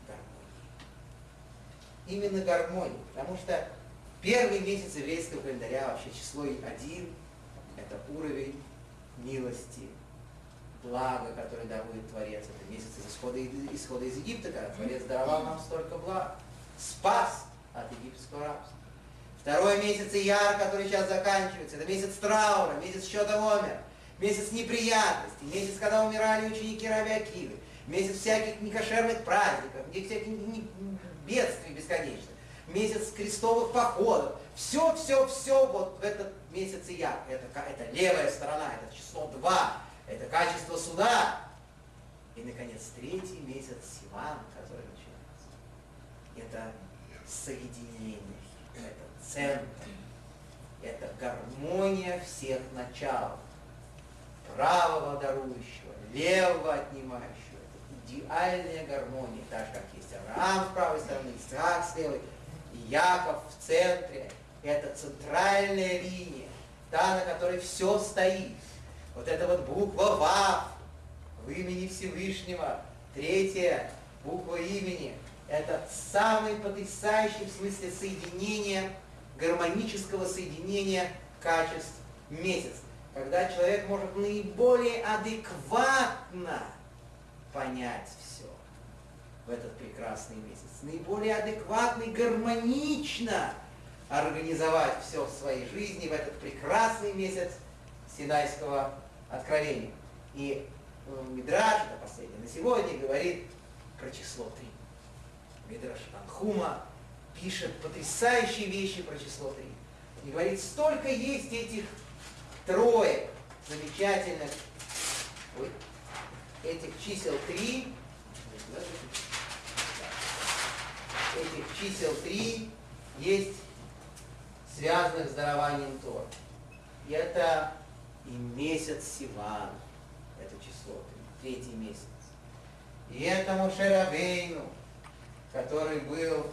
гармонии. Именно гармонии, потому что первый месяц еврейского календаря, вообще число один, это уровень милости, блага, которое дарует Творец. Это месяц из исхода, исхода из Египта, когда Творец даровал нам столько благ, спас от египетского рабства. Второй месяц Ияр, который сейчас заканчивается, это месяц траура, месяц счета омер, месяц неприятностей, месяц, когда умирали ученики Раби Акивы, месяц всяких некошерных праздников, всяких бедствий бесконечных, месяц крестовых походов. Все, все, все вот в этот месяц Ияр. Это, это левая сторона, это число два, это качество суда. И, наконец, третий месяц Сиван, который начинается. Это соединение, это центр, это гармония всех начал. Правого дарующего, левого отнимающего. Это идеальная гармония, так же, как есть Авраам с правой стороны, Исаак с левой, и Яков в центре. Это центральная линия, та, на которой все стоит. Вот эта вот буква Вав в имени Всевышнего, третья буква имени, это самый потрясающий в смысле соединения, гармонического соединения качеств месяц. Когда человек может наиболее адекватно понять все в этот прекрасный месяц, наиболее адекватно и гармонично организовать все в своей жизни в этот прекрасный месяц Синайского откровения. И Мидраш, это последнее на сегодня, говорит про число три. Мидраш Танхума пишет потрясающие вещи про число три. И говорит, столько есть этих троек замечательных, ой, этих чисел три, этих чисел три есть связанных с дарованием Торы. И это и месяц Сиван, это число три, третий месяц. И это Моше Рабейну, который был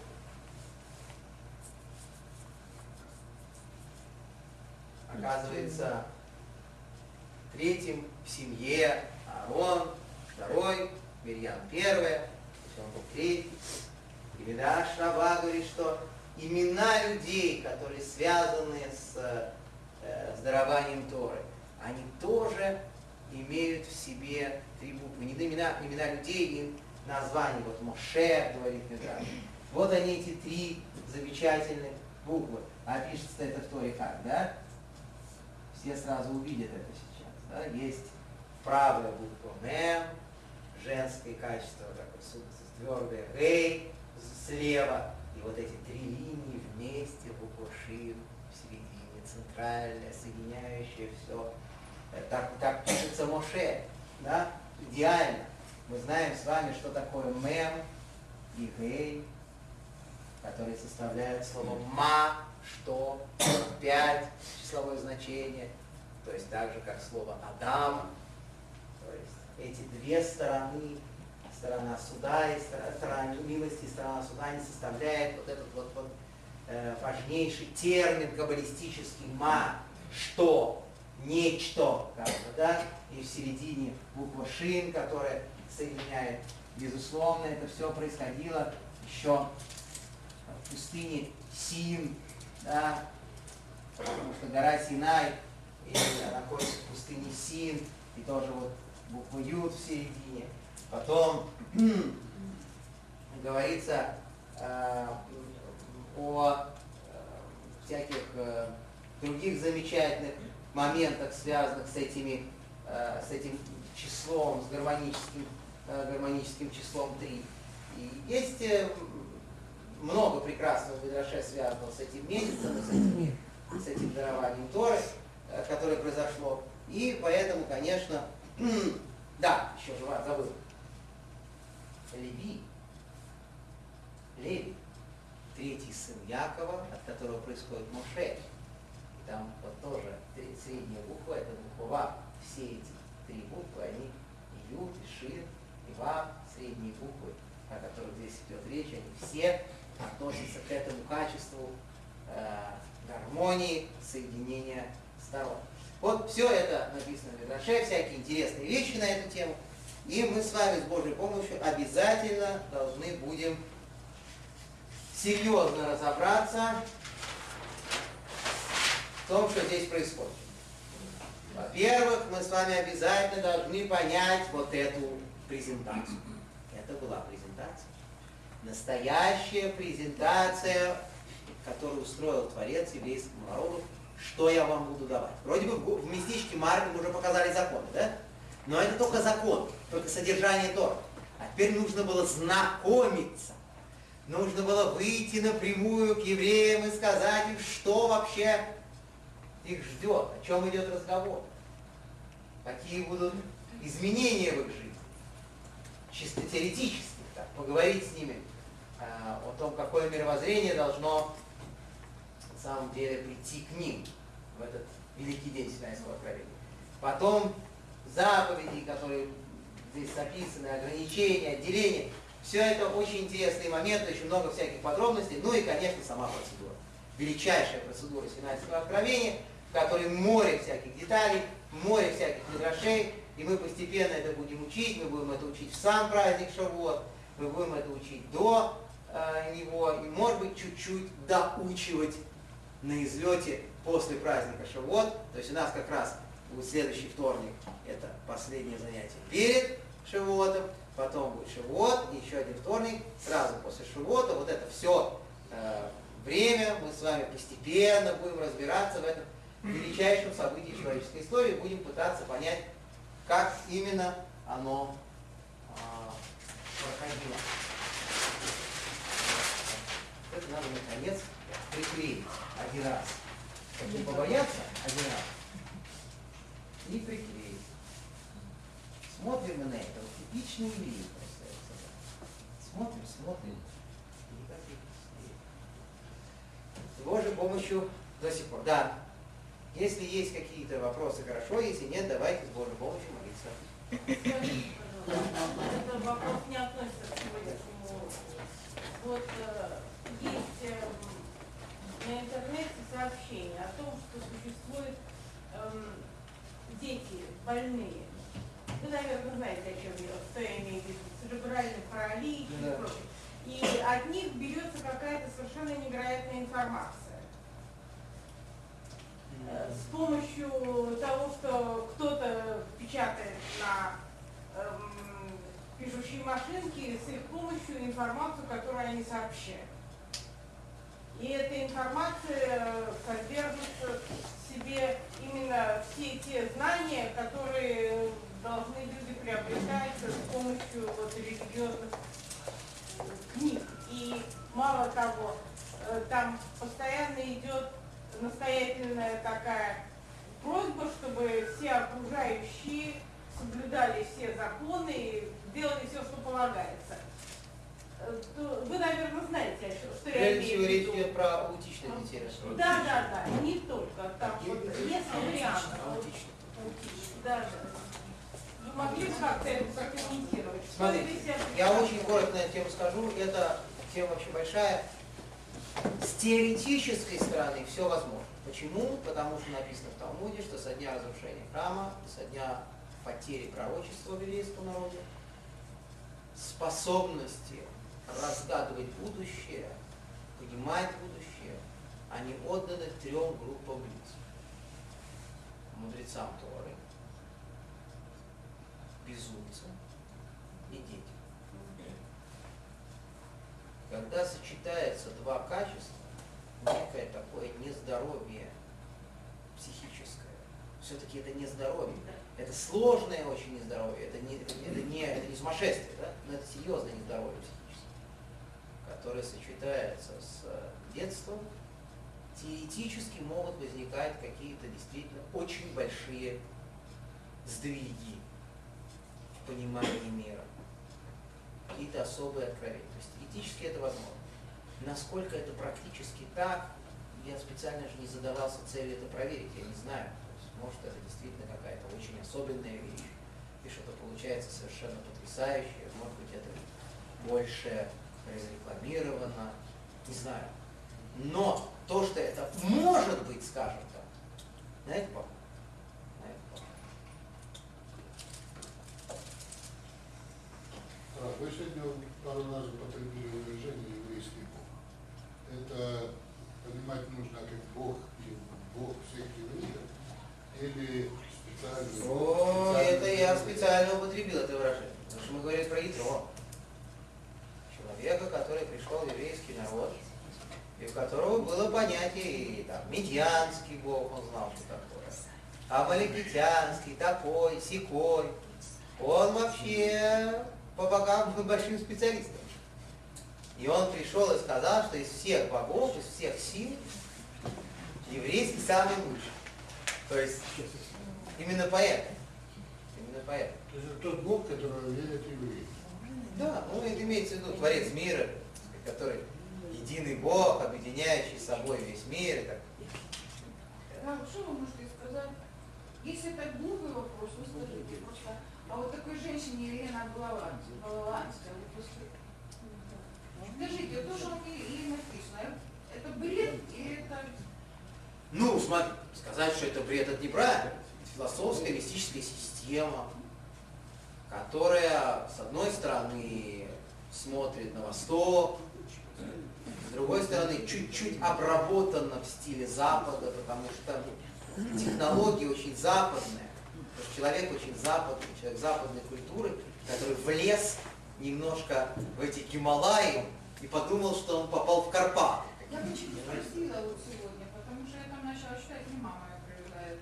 оказывается третьим в семье, Аарон второй, Мирьям первая, он был третий. И Мидраш Раба говорит, что имена людей, которые связаны с, э, с дарованием Торы, они тоже имеют в себе три буквы. Не имена, имена людей, и названия. Вот Моше, говорит Мидраш. Вот они, эти три замечательных буквы. А пишется это в Торе как, да? Все сразу увидят это сейчас. Да? Есть правая буква Мем, женское качество, такое твердое Гей слева. И вот эти три линии вместе, буква Шин в середине, центральная, соединяющая все. Так, так пишется Моше. Да? Идеально. Мы знаем с вами, что такое Мем и Гей, которые составляют слово Ма, что, пять числовое значение, то есть так же, как слово Адам. То есть эти две стороны, сторона суда и сторона милости, и сторона суда, они составляют вот этот вот, вот э, важнейший термин каббалистический Ма, что. нечто, как бы, да, и в середине буква Шин, которая соединяет. Безусловно, это все происходило еще в пустыне Син, да, потому что гора Синай и находится в пустыне Син, и тоже вот буква Юд в середине. Потом говорится э, о э, всяких э, других замечательных моментах, связанных с этими, э, с этим числом, с гармоническим, э, гармоническим числом три. И есть э, много прекрасного мидраше, связанного с этим месяцем, с этим, с этим дарованием Торы, э, которое произошло. И поэтому, конечно, да, еще жива, забыл. Леви, Леви, третий сын Якова, от которого происходит Моше. И там вот тоже средняя буква, это буква Вав. Все эти три буквы, они и Юд, и Шин, и Вав, средние буквы, о которых здесь идет речь, они все относятся к этому качеству э, гармонии, соединения сторон. Вот все это написано в Мидраше, всякие интересные вещи на эту тему. И мы с вами с Божьей помощью обязательно должны будем серьезно разобраться в том, что здесь происходит. Во-первых, мы с вами обязательно должны понять вот эту презентацию. Это была презентация. Настоящая презентация, которую устроил Творец еврейскому народу. Что я вам буду давать? Вроде бы в местечке Марка мы уже показали законы, да? Но это только закон, только содержание Торы. А теперь нужно было знакомиться. Нужно было выйти напрямую к евреям и сказать им, что вообще их ждет, о чем идет разговор. Какие будут изменения в их жизни. Чисто теоретически, так, поговорить с ними э, о том, какое мировоззрение должно на самом деле прийти к ним в этот великий день Синайского откровения. Потом заповеди, которые здесь записаны, ограничения, отделения. Все это очень интересные моменты, очень много всяких подробностей. Ну и, конечно, сама процедура. Величайшая процедура Синайского откровения, в которой море всяких деталей, море всяких мидрашей. И мы постепенно это будем учить. Мы будем это учить в сам праздник Шавуот. Мы будем это учить до э, него. И, может быть, чуть-чуть доучивать на излете после праздника Шавуот. То есть у нас как раз будет следующий вторник. Это последнее занятие перед Шавуотом. Потом будет Шавуот, и еще один вторник, сразу после Шавуота. Вот это все э, время мы с вами постепенно будем разбираться в этом величайшем событии человеческой истории, будем пытаться понять, как именно оно э, проходило. Это надо, наконец, приклеить один раз. Чтобы не побояться один раз. И приклеить. Смотрим мы на это. Вот типичный еврей. Смотрим, смотрим. И никак не приклеим. С Божьей помощью до сих пор. Да. Если есть какие-то вопросы, хорошо. Если нет, давайте с Божьей помощью молиться. Скажите, пожалуйста, этот вопрос не относится к сегодняшнему. Вот э, есть э, на интернете сообщение о том, что существуют э, дети больные. Вы, наверное, знаете, о чем я, что я имею в виду, церебральный паралич и Да. прочее. И от них берется какая-то совершенно невероятная информация. Э, С помощью того, что кто-то печатает на эм, пишущей машинке, с их помощью информацию, которую они сообщают. И эта информация содержит в себе именно все те знания, которые должны люди приобретать с помощью вот религиозных книг. И мало того, там постоянно идет настоятельная такая просьба, чтобы все окружающие соблюдали все законы и делали все, что полагается. Вы, наверное, знаете, что я Прежде всего имею в речь виду. идет про аутичных детей. Да, да, да, и не только. Там вот несколько вариантов. Аутичных. Да, да. Вы могли бы как-то это прокомментировать? Что Смотрите, это из себя я представляет? очень коротко на эту тему скажу. Это тема очень большая. с теоретической стороны все возможно. Почему? Потому что написано в Талмуде, что со дня разрушения храма, со дня потери пророчества в еврейском народе, способности разгадывать будущее, понимать будущее, они отданы трем группам лиц. Мудрецам Торы, безумцам и детям. Когда сочетается два качества, некое такое нездоровье психическое, все-таки это не здоровье, это сложное очень нездоровье, это не, это не, это не сумасшествие, да? Но это серьезное нездоровье психическое, которое сочетается с детством. Теоретически могут возникать какие-то действительно очень большие сдвиги в понимании мира, какие-то особые откровения. То есть теоретически это возможно. Насколько это практически так, я специально же не задавался целью это проверить, я не знаю. То есть, может, это действительно какая-то очень особенная вещь, и что-то получается совершенно потрясающее, может быть, это больше разрекламировано, не знаю. Но то, что это может быть, скажем так, на это похоже. На это похоже. А, вы сегодня пару раз употребили выражение «еврейский Бог». Это понимать нужно как Бог и Бог всех евреев, или специально? О, это я специально употребил это выражение, потому что мы говорим про Ятро. Человека, который пришел в еврейский народ, и у которого было понятие, и там, медианский Бог, он знал, что такое, амаликитянский, такой, сякой. Он вообще по богам был большим специалистом. И он пришел и сказал, что из всех богов, из всех сил, еврейский самый лучший. То есть, именно поэтому. Именно поэтому. То есть это тот Бог, которого верят евреи. Да, ну это имеется в виду Творец мира, который единый Бог, объединяющий собой весь мир. И так. А вот что вы можете сказать? Если это глупый вопрос, вы скажите просто. А вот такой женщине Елена Блаватская, вы после... Скажите, то, что у ей написано, это бред или это... Ну, смотри, сказать, что это бред, это неправильно. Философская мистическая система, которая, с одной стороны, смотрит на восток, с другой стороны, чуть-чуть обработана в стиле Запада, потому что технология очень западная, потому что человек очень западный, человек западной культуры, который влез немножко в эти Гималаи и подумал, что он попал в Карпаты. Я почему спросила вот сегодня, потому что я там начала читать, не мама моя привезает.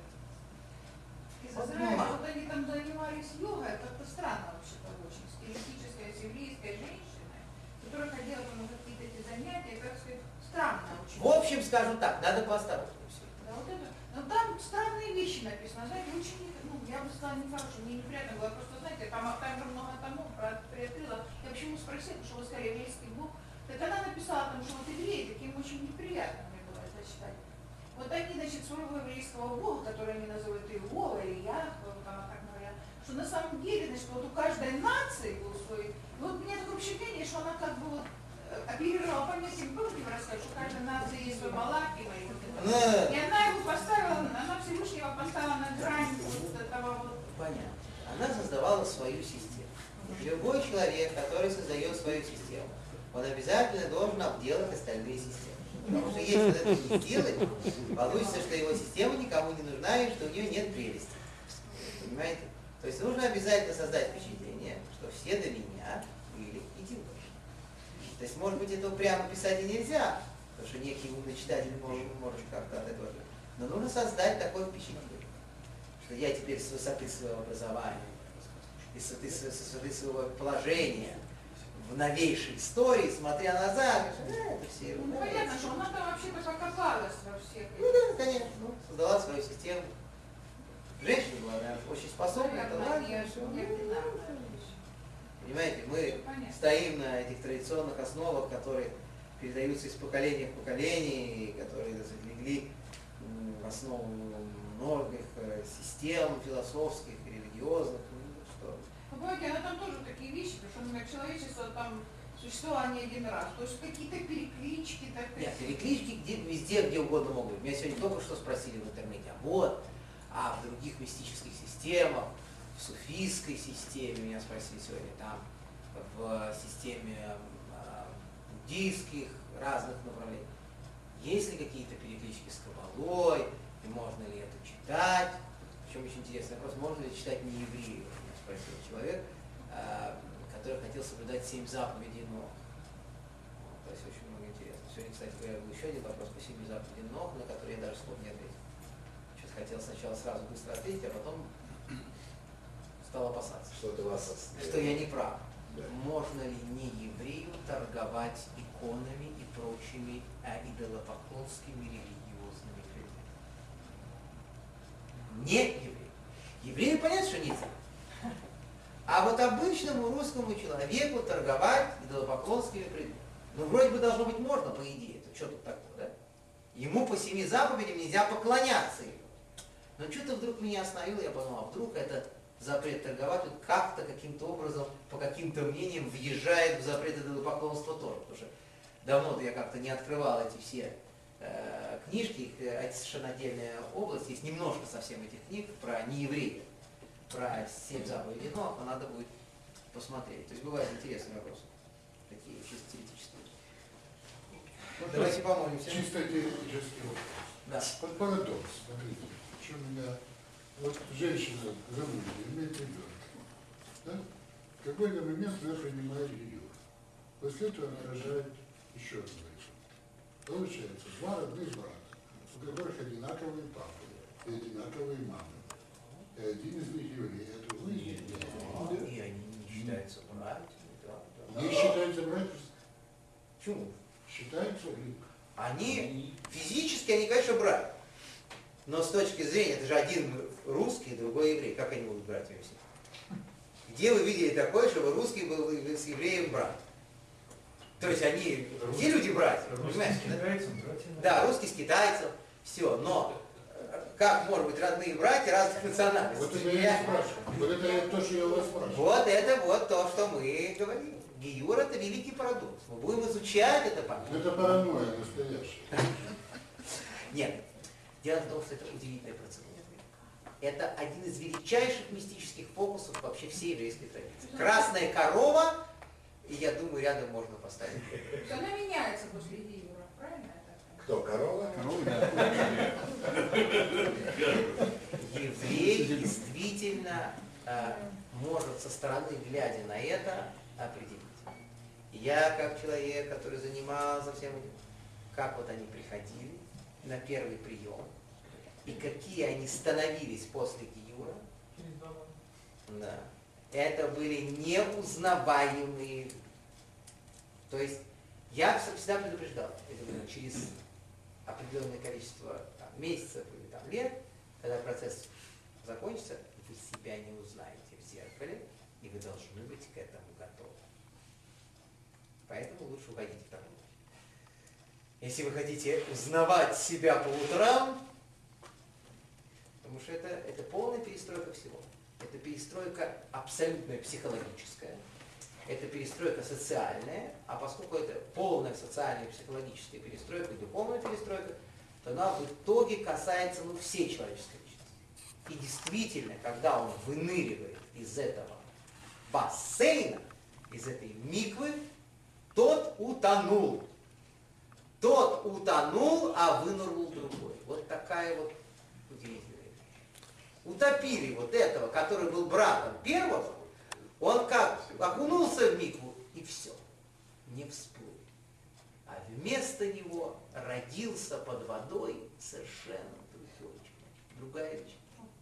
Из Вот Израиля, мама. вот они там занимались йогой, как-то странно вообще-то очень, стилистическая, с еврейской женщиной, которая ходила там на какие-то эти занятия, как сказать, странно очень. В общем, скажем так, надо поосторожнее все. Да, вот это. Но там странные вещи написаны, знаете, очень, ну, я бы сказала, не факт, что мне неприятно было, просто, знаете, там, там же много томов приоткрыла. Я почему спросила, потому что вы сказали, еврейский Бог. Так она написала там, что вот евреи, таким очень неприятно мне было это читать. Вот они, значит, своего еврейского Бога, который они называют Иова или Яхва, вот она так говорят, что на самом деле, значит, вот у каждой нации был свой. И вот у меня такое впечатление, что она как бы вот оперировала понятием, помните, вы рассказали, что у каждой нации есть свой Балак и вот это. И она его поставила, она Всевышнего поставила на грань вот этого вот. Понятно. Она создавала свою систему. Любой человек, который создает свою систему, он обязательно должен обделать остальные системы. Потому что если он это не сделает, получится, что его система никому не нужна и что у нее нет прелести. Понимаете? То есть нужно обязательно создать впечатление, что все до меня были идиоты. То есть, может быть, этого прямо писать и нельзя, потому что некий умный читатель может, может как-то от этого. Но нужно создать такое впечатление, что я теперь с высоты своего образования, и с высоты своего положения в новейшей истории, смотря назад, говорю, да, это все Ну, понятно, что она там вообще-то покопалась во всех. Ну да, конечно, ну, создала свою систему. Женщина была, наверное, очень способная, это ладно, все. Понимаете, мы стоим на этих традиционных основах, которые передаются из поколения в поколение, и которые легли в основу многих систем философских, религиозных. Ну, что. Вы понимаете, она там тоже такие вещи, потому что, например, человечество там существовала не один раз. То есть какие-то переклички, так Нет, сказать. переклички где, везде, где угодно могут быть. Меня сегодня только что спросили в интернете, а вот, а в других мистических системах, в суфийской системе, меня спросили сегодня, там, в системе э, буддийских разных направлений. Есть ли какие-то переклички с Кабалой, и можно ли это читать? Причем очень интересный вопрос, можно ли читать не евреев, меня спросил человек, э, который хотел соблюдать семь заповедей Ноха. То есть очень много интересного. Сегодня, кстати говоря, был еще один вопрос по семи заповедям Ноха, на который я даже слов не ответил. Что-то хотел сначала сразу быстро ответить, а потом стал опасаться. Что-то вас остановило. Что я не прав. Да. Можно ли не еврею торговать иконами и прочими а, идолопоклонскими религиозными предметами? Не еврею. Еврею понятно, что нельзя. А вот обычному русскому человеку торговать идолопоклонскими предметами. Ну, вроде бы должно быть можно, по идее. Это что тут такое, да? Ему по семи заповедям нельзя поклоняться ему. Но что-то вдруг меня остановило, я подумал, а вдруг это запрет торговать вот как-то, каким-то образом, по каким-то мнениям въезжает в запрет идолопоклонства тоже. Потому что давно-то я как-то не открывал эти все э, книжки, их, э, это совершенно отдельная область. Есть немножко совсем этих книг про неевреев, про семь заповедей Ноха, надо будет посмотреть. То есть бывают интересные вопросы, такие чисто теоретические. Давайте помолимся. Чисто теоретический вопрос. Да. Вот парадокс, смотрите, что меня... Вот женщина замужняя, имеет ребенка, да? В какой-то момент она принимает гиюр. После этого она рожает еще одного ребенка. Получается, два родных брата, у которых одинаковые папы и одинаковые мамы. И один из них еврей, а другой из них не еврей. И они не считаются братьями, да, да. Не считаются братьями? Почему? Считаются ли? Они физически, они, конечно, братья. Но с точки зрения, это же один русский, другой еврей. Как они будут братьями все? Где вы видели такое, чтобы русский был с евреем брат? То есть они, где люди братья, понимаете? Да? Да, русский с китайцем, все, но как может быть родные братья разных национальностей? Вот это я и спрашиваю. Вот это то, что я у вас спрашиваю. Вот это вот то, что мы говорим. Гиюр — это великий парадокс. Мы будем изучать это понятие. Это паранойя настоящая. Нет. Дело в том, что это удивительная процедура. Это один из величайших мистических фокусов вообще всей еврейской традиции. Красная корова, и я думаю, рядом можно поставить. То есть она меняется после гиюра, правильно я так понимаю? Кто, корова? Корова, да. Еврей действительно э, может со стороны, глядя на это, определить. Я, как человек, который занимался всем этим, как вот они приходили на первый прием, и какие они становились после гиюра, да, это были неузнаваемые. То есть я всегда предупреждал, это было через определенное количество там, месяцев или там, лет, когда процесс закончится, вы себя не узнаете в зеркале, и вы должны быть к этому готовы. Поэтому лучше уходите в такую. Если вы хотите узнавать себя по утрам, потому что это, это полная перестройка всего. Это перестройка абсолютно психологическая, это перестройка социальная, а поскольку это полная социальная и психологическая перестройка, и духовная перестройка, то она в итоге касается ну, всей человеческой личности. И действительно, когда он выныривает из этого бассейна, из этой миквы, тот утонул. Тот утонул, а вынырнул другой. Вот такая вот удивительная вещь. Утопили вот этого, который был братом первого, он как окунулся в микву, и все, не всплыл. А вместо него родился под водой совершенно другой человек, другая личность.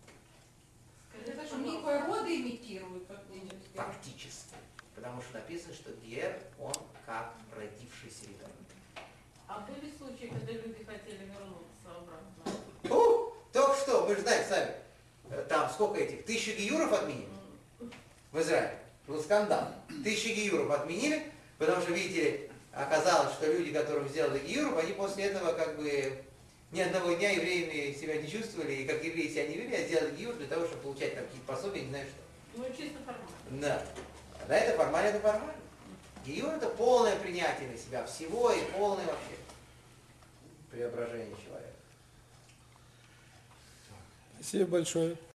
Это что, миквы роды имитируют фактически? Фактически. Потому что написано, что Гер, он как родившийся ребенок. А были случаи, когда люди хотели вернуться обратно? Фу, только что, мы же знаем сами, там сколько этих, тысячи гиюров отменили в Израиле. Был скандал. Тысячи гиюров отменили, потому что, видите ли, оказалось, что люди, которым сделали гиюров, они после этого как бы ни одного дня евреями себя не чувствовали, и как евреи себя не вели, а сделали гиюр для того, чтобы получать там какие-то пособия, не знаю что. Ну, чисто формально. Да. Да, это формально, это формально. Гиюр это полное принятие на себя всего и полное вообще преображение человека. Спасибо большое.